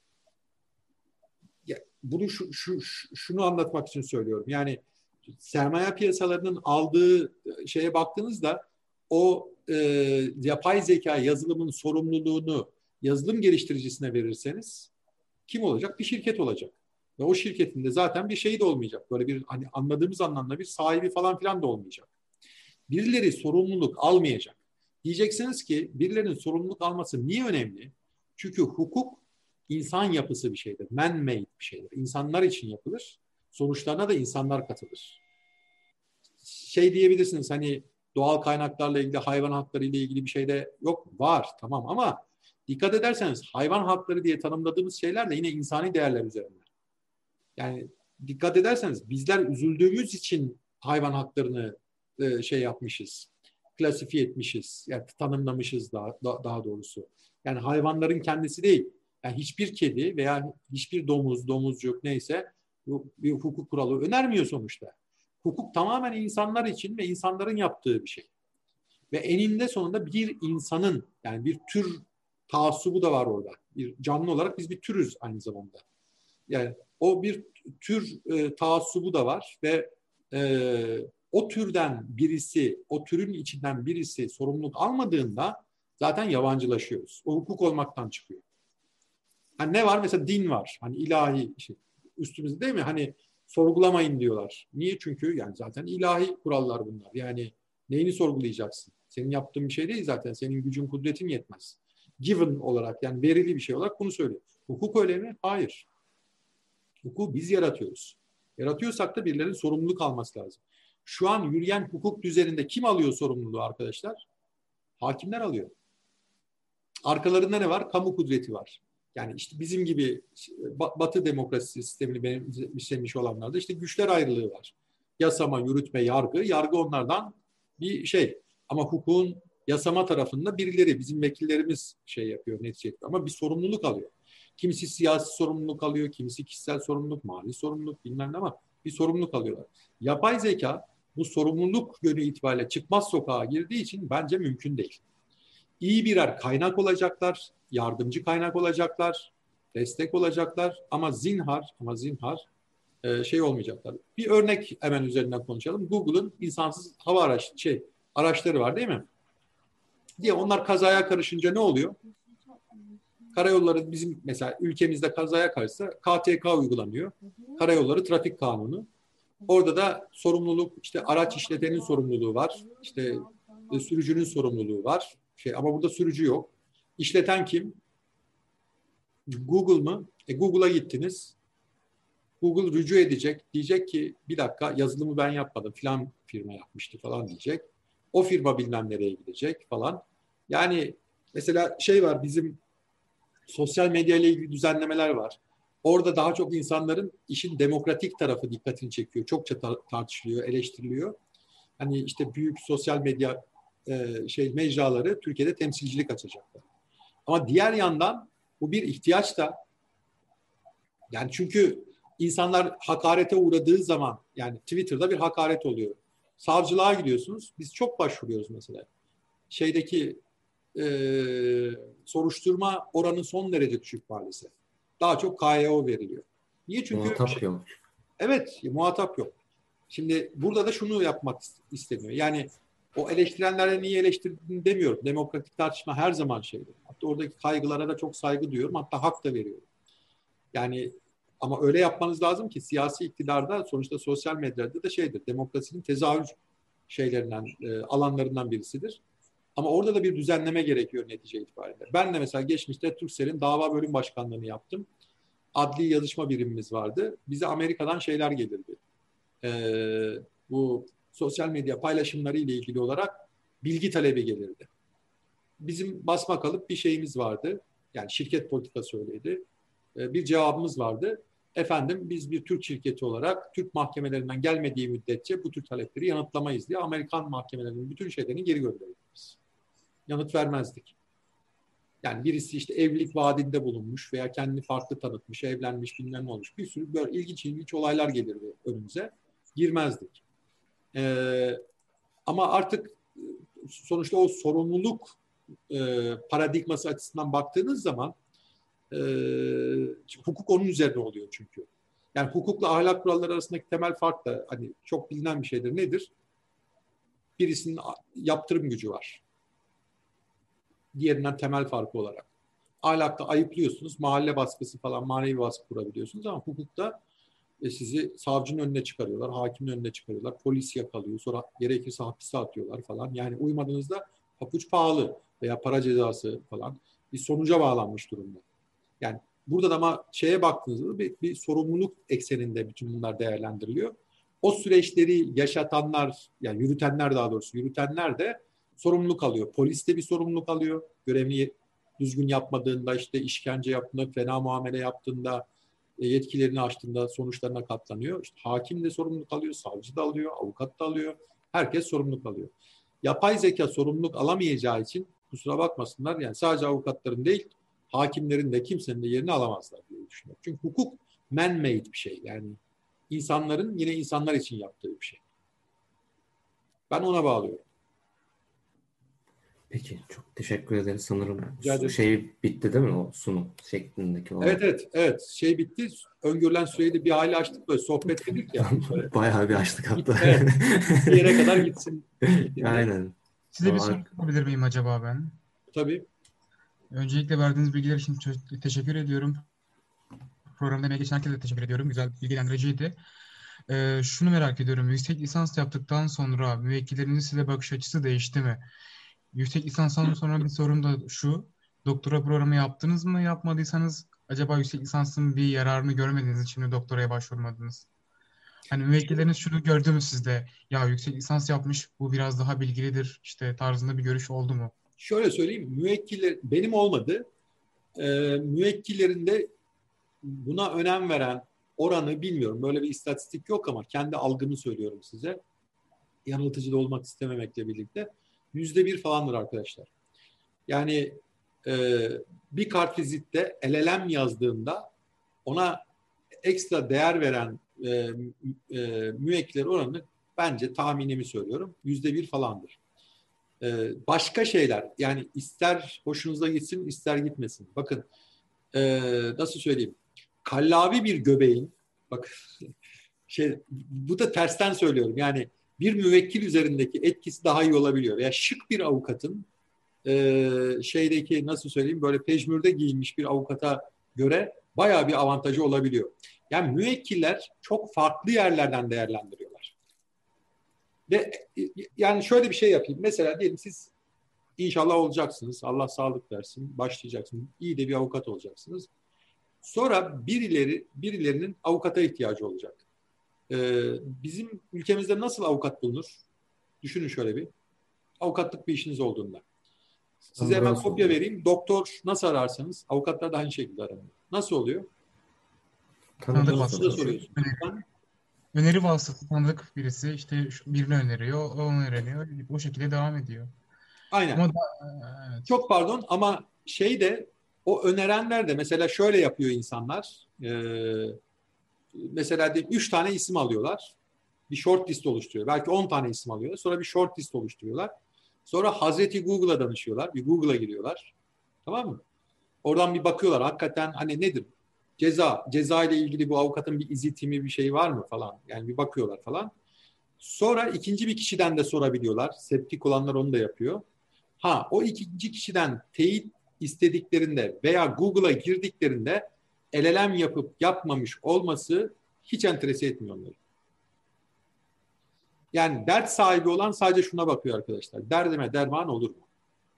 Ya, bunu şu, şu, şunu anlatmak için söylüyorum. Yani sermaye piyasalarının aldığı şeye baktığınızda o e, yapay zeka yazılımın sorumluluğunu yazılım geliştiricisine verirseniz kim olacak? Bir şirket olacak. Ve o şirketin de zaten bir şeyi de olmayacak. Böyle bir hani anladığımız anlamda bir sahibi falan filan da olmayacak. Birileri sorumluluk almayacak. Diyeceksiniz ki birilerinin sorumluluk alması niye önemli? Çünkü hukuk insan yapısı bir şeydir. Man-made bir şeydir. İnsanlar için yapılır. Sonuçlarına da insanlar katılır. Şey diyebilirsiniz hani doğal kaynaklarla ilgili, hayvan hakları ile ilgili bir şey de yok. Var tamam ama dikkat ederseniz hayvan hakları diye tanımladığımız şeyler de yine insani değerler üzerinde. Yani dikkat ederseniz bizler üzüldüğümüz için hayvan haklarını e, şey yapmışız, klasifiye etmişiz, yani tanımlamışız daha, daha doğrusu. Yani hayvanların kendisi değil. Yani hiçbir kedi veya hiçbir domuz, domuzcuk neyse bir hukuk kuralı önermiyor sonuçta. Hukuk tamamen insanlar için ve insanların yaptığı bir şey. Ve eninde sonunda bir insanın yani bir tür taassubu da var orada. Bir canlı olarak biz bir türüz aynı zamanda. Yani o bir tür e, taassubu da var ve e, o türden birisi, o türün içinden birisi sorumluluk almadığında zaten yabancılaşıyoruz. O hukuk olmaktan çıkıyor. Hani ne var? Mesela din var. Hani ilahi şey, üstümüzde değil mi? Hani sorgulamayın diyorlar. Niye? Çünkü yani zaten ilahi kurallar bunlar. Yani neyini sorgulayacaksın? Senin yaptığın bir şey değil zaten. Senin gücün, kudretin yetmez. Given olarak yani verili bir şey olarak bunu söylüyor. Hukuk öyle mi? Hayır. Hukuku biz yaratıyoruz. Yaratıyorsak da birilerinin sorumluluk alması lazım. Şu an yürüyen hukuk düzeninde kim alıyor sorumluluğu arkadaşlar? Hakimler alıyor. Arkalarında ne var? Kamu kudreti var. Yani işte bizim gibi Batı demokrasi sistemini benimsemiş olanlarda işte güçler ayrılığı var. Yasama, yürütme, yargı. Yargı onlardan bir şey. Ama hukukun yasama tarafında birileri, bizim vekillerimiz şey yapıyor, neticede. Ama bir sorumluluk alıyor. Kimisi siyasi sorumluluk alıyor, kimisi kişisel sorumluluk, mali sorumluluk bilmem ne ama bir sorumluluk alıyorlar. Yapay zeka bu sorumluluk yönü itibariyle çıkmaz sokağa girdiği için bence mümkün değil. İyi birer kaynak olacaklar, yardımcı kaynak olacaklar, destek olacaklar ama zinhar ama zinhar e, şey olmayacaklar. Bir örnek hemen üzerinden konuşalım. Google'ın insansız hava araç şey araçları var değil mi? Diye onlar kazaya karışınca ne oluyor? Karayolları bizim mesela ülkemizde kazaya karışsa K T K uygulanıyor. Karayolları Trafik Kanunu. Orada da sorumluluk işte araç işletenin sorumluluğu var. İşte e, sürücünün sorumluluğu var. Şey ama burada sürücü yok. İşleten kim? Google mı? E, Google'a gittiniz. Google rücu edecek. Diyecek ki bir dakika yazılımı ben yapmadım. Filan firma yapmıştı falan diyecek. O firma bilmem nereye gidecek falan. Yani mesela şey var bizim sosyal medya ile ilgili düzenlemeler var. Orada daha çok insanların işin demokratik tarafı dikkatini çekiyor. Çokça tar- tartışılıyor, eleştiriliyor. Hani işte büyük sosyal medya e, şey mecraları Türkiye'de temsilcilik açacaklar. Ama diğer yandan bu bir ihtiyaç da yani çünkü insanlar hakarete uğradığı zaman yani Twitter'da bir hakaret oluyor. Savcılığa gidiyorsunuz. Biz çok başvuruyoruz mesela. Şeydeki e, soruşturma oranı son derece düşük maalesef. Daha çok K Y O veriliyor. Niye? Çünkü Muhatap yok. evet, muhatap yok. Şimdi burada da şunu yapmak isteniyor. Yani o eleştirenlere niye eleştirdiğini demiyorum. Demokratik tartışma her zaman şeydir. Hatta oradaki kaygılara da çok saygı duyuyorum. Hatta hak da veriyorum. Yani Ama öyle yapmanız lazım ki siyasi iktidarda sonuçta sosyal medyada da şeydir. Demokrasinin tezahür şeylerinden, e, alanlarından birisidir. Ama orada da bir düzenleme gerekiyor netice itibariyle. Ben de mesela geçmişte Turkcell'in dava bölüm başkanlığını yaptım. Adli yazışma birimimiz vardı. Bize Amerika'dan şeyler gelirdi. Ee, bu sosyal medya paylaşımları ile ilgili olarak bilgi talebi gelirdi. Bizim basmak alıp bir şeyimiz vardı. Yani şirket politikası öyleydi. Ee, bir cevabımız vardı. Efendim biz bir Türk şirketi olarak Türk mahkemelerinden gelmediği müddetçe bu tür talepleri yanıtlamayız diye Amerikan mahkemelerinin bütün şeylerini geri gönderirdik. Yanıt vermezdik. Yani birisi işte evlilik vaadinde bulunmuş veya kendini farklı tanıtmış, evlenmiş, bilmem ne olmuş. Bir sürü böyle ilginç ilginç olaylar gelirdi önümüze. Girmezdik. Ee, ama artık sonuçta o sorumluluk e, paradigması açısından baktığınız zaman e, hukuk onun üzerine oluyor çünkü. Yani hukukla ahlak kuralları arasındaki temel fark da hani çok bilinen bir şeydir. Nedir? Birisinin yaptırım gücü var. Diğerinden temel farkı olarak. Ahlakta ayıplıyorsunuz, mahalle baskısı falan manevi baskı kurabiliyorsunuz ama hukukta e, sizi savcının önüne çıkarıyorlar, hakimin önüne çıkarıyorlar, polis yakalıyor, sonra gerekirse hapise atıyorlar falan. Yani uymadığınızda papuç pahalı veya para cezası falan bir sonuca bağlanmış durumda. Yani burada da ama şeye baktığınızda bir, bir sorumluluk ekseninde bütün bunlar değerlendiriliyor. O süreçleri yaşatanlar, yani yürütenler daha doğrusu yürütenler de sorumluluk alıyor. Polis de bir sorumluluk alıyor. Görevini düzgün yapmadığında, işte işkence yaptığında, fena muamele yaptığında, yetkilerini aştığında sonuçlarına katlanıyor. İşte hakim de sorumluluk alıyor, savcı da alıyor, avukat da alıyor. Herkes sorumluluk alıyor. Yapay zeka sorumluluk alamayacağı için kusura bakmasınlar. Yani sadece avukatların değil, hakimlerin de kimsenin de yerini alamazlar diye düşünüyorum. Çünkü hukuk man-made bir şey. Yani insanların yine insanlar için yaptığı bir şey. Ben ona bağlıyorum. Peki, çok teşekkür ederiz. Sanırım Rica ederim. şey bitti değil mi, o sunum şeklindeki olan? Evet evet evet şey bitti. Öngörülen süreyi de bir hayli açtık, böyle sohbet dedik ya. Böyle. Bayağı bir açtık hatta. Evet. Bir yere kadar gitsin. Aynen. Size bir Tamam. soru sorabilir miyim acaba ben? Tabii. Öncelikle verdiğiniz bilgiler için çok teşekkür ediyorum. Programda emeği geçen herkese de teşekkür ediyorum. Güzel, bilgilendiriciydi. Ee, şunu merak ediyorum. Yüksek lisans yaptıktan sonra müvekkillerinin size bakış açısı değişti mi? Yüksek lisanstan sonra bir sorum da şu. Doktora programı yaptınız mı? Yapmadıysanız acaba yüksek lisansın bir yararını görmediğiniz için mi doktoraya başvurmadınız? Hani müvekkilleriniz şunu gördü mü sizde? Ya yüksek lisans yapmış, bu biraz daha bilgilidir işte tarzında bir görüş oldu mu? Şöyle söyleyeyim, müvekkiller benim olmadı. Ee, müvekkillerinde buna önem veren oranı bilmiyorum. Böyle bir istatistik yok ama kendi algımı söylüyorum size. Yanıltıcı da olmak istememekle birlikte. Yüzde bir falandır arkadaşlar. Yani e, bir kartvizitte L L M yazdığında ona ekstra değer veren e, e, müvekkiller oranı bence tahminimi söylüyorum. Yüzde bir falandır. E, başka şeyler yani ister hoşunuza gitsin ister gitmesin. Bakın e, nasıl söyleyeyim? Kallavi bir göbeğin bak şey bu da tersten söylüyorum. Yani bir müvekkil üzerindeki etkisi daha iyi olabiliyor. Veya şık bir avukatın e, şeydeki nasıl söyleyeyim böyle pejmürde giyinmiş bir avukata göre bayağı bir avantajı olabiliyor. Yani müvekkiller çok farklı yerlerden değerlendiriyorlar. Ve yani şöyle bir şey yapayım. Mesela diyelim siz inşallah olacaksınız. Allah sağlık versin. Başlayacaksınız. İyi de bir avukat olacaksınız. Sonra birileri birilerinin avukata ihtiyacı olacak. Ee, bizim ülkemizde nasıl avukat bulunur? Düşünün şöyle bir. Avukatlık bir işiniz olduğunda. Size hemen kopya vereyim. Doktor nasıl ararsanız avukatlar da aynı şekilde aranıyor. Nasıl oluyor? Tanıdık Nasıl da vasıtası. soruyorsun. Öneri, öneri vasıtası tanıdık birisi işte şu- birini öneriyor, o onu öneriyor. O şekilde devam ediyor. Aynen. Ama da, evet. Çok pardon ama şey de o önerenler de mesela şöyle yapıyor insanlar. Ee, mesela de üç tane isim alıyorlar. Bir short list oluşturuyor. Belki on tane isim alıyorlar. Sonra bir short list oluşturuyorlar. Sonra Hazreti Google'a danışıyorlar. Bir Google'a giriyorlar. Tamam mı? Oradan bir bakıyorlar. Hakikaten hani nedir? Ceza. Ceza ile ilgili bu avukatın bir izitimi bir şey var mı falan. Yani bir bakıyorlar falan. Sonra ikinci bir kişiden de sorabiliyorlar. Septik olanlar onu da yapıyor. Ha o ikinci kişiden teyit istediklerinde veya Google'a girdiklerinde el elem yapıp yapmamış olması hiç enterese etmiyor onları. Yani dert sahibi olan sadece şuna bakıyor arkadaşlar. Derdime derman olur mu?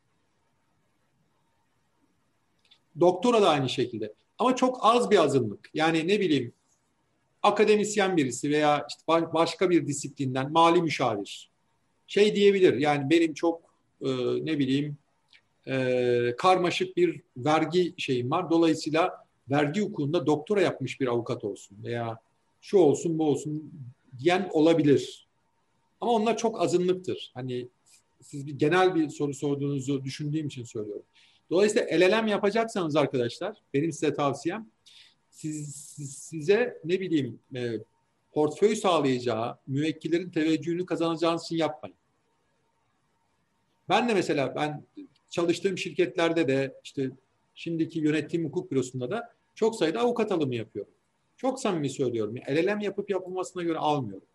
Doktora da aynı şekilde. Ama çok az bir azınlık. Yani ne bileyim akademisyen birisi veya işte başka bir disiplinden mali müşavir şey diyebilir. Yani benim çok e, ne bileyim e, karmaşık bir vergi şeyim var. Dolayısıyla vergi hukukunda doktora yapmış bir avukat olsun veya şu olsun bu olsun diyen olabilir. Ama onlar çok azınlıktır. Hani siz bir genel bir soru sorduğunuzu düşündüğüm için söylüyorum. Dolayısıyla el elem yapacaksanız arkadaşlar benim size tavsiyem siz, siz, size ne bileyim e, portföy sağlayacağı müvekkillerin teveccühünü kazanacağınız için yapmayın. Ben de mesela ben çalıştığım şirketlerde de işte şimdiki yönettiğim hukuk bürosunda da çok sayıda avukat alımı yapıyorum. Çok samimi söylüyorum. El elem yapıp yapılmasına göre almıyorum.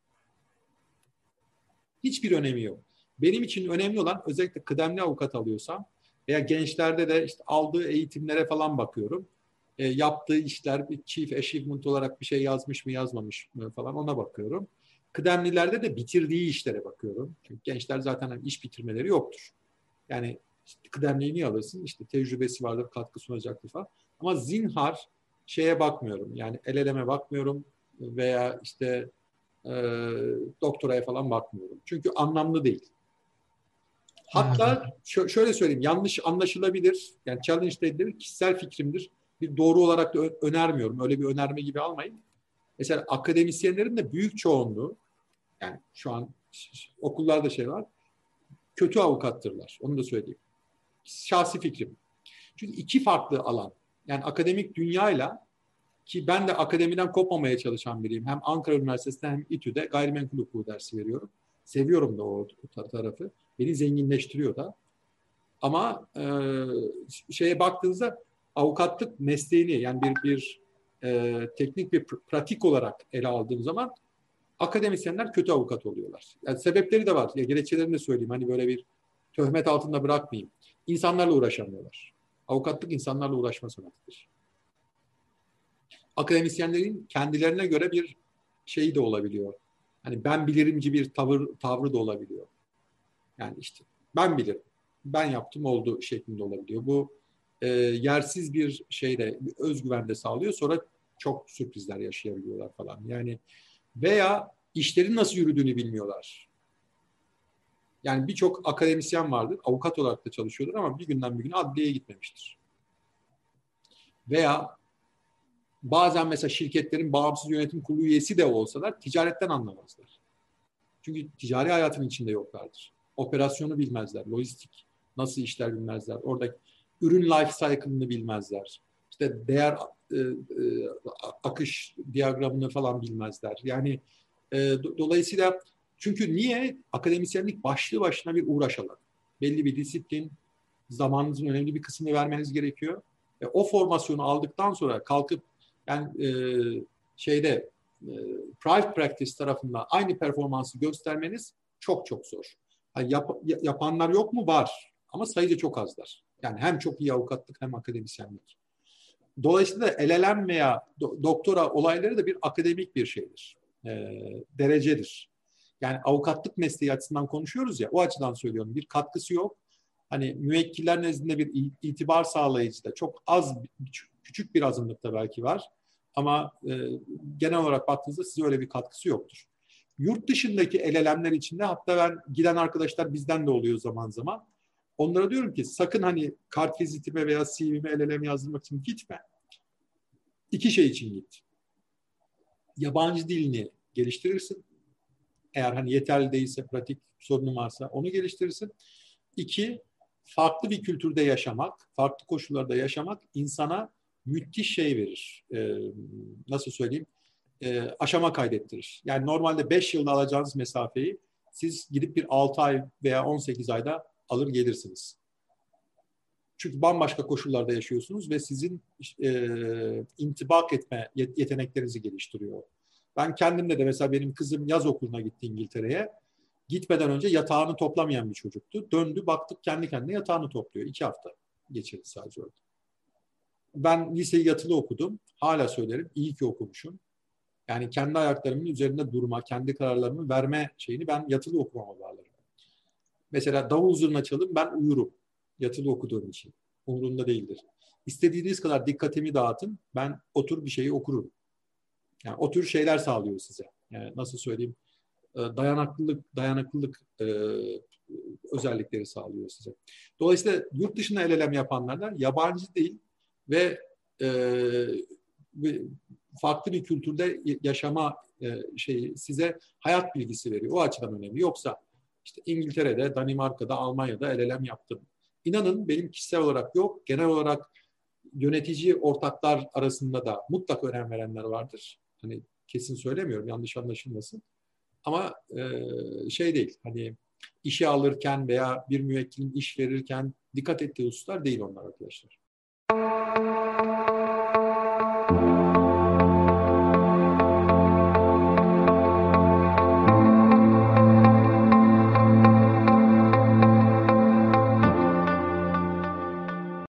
Hiçbir önemi yok. Benim için önemli olan özellikle kıdemli avukat alıyorsam veya gençlerde de işte aldığı eğitimlere falan bakıyorum. E, yaptığı işler bir chief achievement olarak bir şey yazmış mı yazmamış mı falan ona bakıyorum. Kıdemlilerde de bitirdiği işlere bakıyorum. Çünkü gençler zaten hani iş bitirmeleri yoktur. Yani işte kıdemliyi niye alırsın? İşte tecrübesi vardır, katkı sunacaktır falan. Ama zinhar şeye bakmıyorum. Yani el eleme bakmıyorum veya işte e, doktoraya falan bakmıyorum. Çünkü anlamlı değil. Hatta ş- şöyle söyleyeyim, yanlış anlaşılabilir. Yani challenge edilir, kişisel fikrimdir. Bir doğru olarak da ö- önermiyorum. Öyle bir önerme gibi almayın. Mesela akademisyenlerin de büyük çoğunluğu, yani şu an ş- ş- okullarda şey var, kötü avukattırlar. Onu da söyleyeyim. Şahsi fikrim. Çünkü iki farklı alan. Yani akademik dünyayla, ki ben de akademiden kopmamaya çalışan biriyim. Hem Ankara Üniversitesi'nde hem İTÜ'de gayrimenkul hukuku dersi veriyorum. Seviyorum da o, o tarafı. Beni zenginleştiriyor da. Ama e, şeye baktığınızda avukatlık mesleğini yani bir bir e, teknik bir pr- pratik olarak ele aldığım zaman akademisyenler kötü avukat oluyorlar. Yani sebepleri de var. Ya, gerekçelerini de söyleyeyim. Hani böyle bir töhmet altında bırakmayayım. İnsanlarla uğraşamıyorlar. Avukatlık insanlarla uğraşma sanatıdır. Akademisyenlerin kendilerine göre bir şeyi de olabiliyor. Hani ben bilirimci bir tavır tavrı da olabiliyor. Yani işte ben bilirim. Ben yaptım oldu şeklinde olabiliyor. Bu e, yersiz bir şeyde bir özgüven de sağlıyor. Sonra çok sürprizler yaşayabiliyorlar falan. Yani veya işlerin nasıl yürüdüğünü bilmiyorlar. Yani birçok akademisyen vardır. Avukat olarak da çalışıyordur ama bir günden bir güne adliyeye gitmemiştir. Veya bazen mesela şirketlerin bağımsız yönetim kurulu üyesi de olsalar ticaretten anlamazlar. Çünkü ticari hayatın içinde yoklardır. Operasyonu bilmezler, lojistik nasıl işler bilmezler. Orada ürün life cycle'ını bilmezler. İşte değer e, e, akış diyagramını falan bilmezler. Yani e, do, dolayısıyla çünkü niye? Akademisyenlik başlı başına bir uğraş alanı. Belli bir disiplin, zamanınızın önemli bir kısmını vermeniz gerekiyor. E, o formasyonu aldıktan sonra kalkıp yani e, şeyde e, private practice tarafında aynı performansı göstermeniz çok çok zor. Yani yap, yapanlar yok mu? Var. Ama sayıca çok azlar. Yani hem çok iyi avukatlık hem akademisyenlik. Dolayısıyla el elem veya do, doktora olayları da bir akademik bir şeydir. E, derecedir. Yani avukatlık mesleği açısından konuşuyoruz ya, o açıdan söylüyorum. Bir katkısı yok. Hani müvekkiller nezdinde bir itibar sağlayıcı da çok az, küçük bir azınlıkta belki var. Ama e, genel olarak baktığınızda size öyle bir katkısı yoktur. Yurt dışındaki el elemler içinde hatta ben giden arkadaşlar bizden de oluyor zaman zaman. Onlara diyorum ki sakın hani kart vizitime veya C V'me el elem yazdırmak için gitme. İki şey için git. Yabancı dilini geliştirirsin. Eğer hani yeterli değilse, pratik sorunun varsa onu geliştirirsin. İki, farklı bir kültürde yaşamak, farklı koşullarda yaşamak insana müthiş şey verir. Ee, nasıl söyleyeyim? Ee, aşama kaydettirir. Yani normalde beş yılda alacağınız mesafeyi siz gidip bir altı ay veya on sekiz ayda alır gelirsiniz. Çünkü bambaşka koşullarda yaşıyorsunuz ve sizin e, intibak etme yeteneklerinizi geliştiriyor. Ben kendimle de mesela benim kızım yaz okuluna gitti İngiltere'ye. Gitmeden önce yatağını toplamayan bir çocuktu. Döndü baktık kendi kendine yatağını topluyor. İki hafta geçirdi sadece orada. ben liseyi yatılı okudum. Hala söylerim. İyi ki okumuşum. Yani kendi ayaklarımın üzerinde durma, kendi kararlarımı verme şeyini ben yatılı okumama bağlarım. Mesela davul zurna çalın, ben uyurum. Yatılı okuduğum için. Umurumda değildir. İstediğiniz kadar dikkatimi dağıtın. Ben otur bir şeyi okurum. Yani o tür şeyler sağlıyor size. Yani nasıl söyleyeyim? Dayanıklılık, dayanıklılık e, özellikleri sağlıyor size. Dolayısıyla yurt dışında el elem yapanlardan yabancı değil ve e, farklı bir kültürde yaşama e, şeyi size hayat bilgisi veriyor. O açıdan önemli. Yoksa işte İngiltere'de, Danimarka'da, Almanya'da el elem yaptım. İnanın benim kişisel olarak yok. Genel olarak yönetici ortaklar arasında da mutlak önem verenler vardır. Hani kesin söylemiyorum, yanlış anlaşılmasın. Ama e, şey değil, hani işe alırken veya bir müvekkilin iş verirken dikkat ettiği hususlar değil onlar arkadaşlar.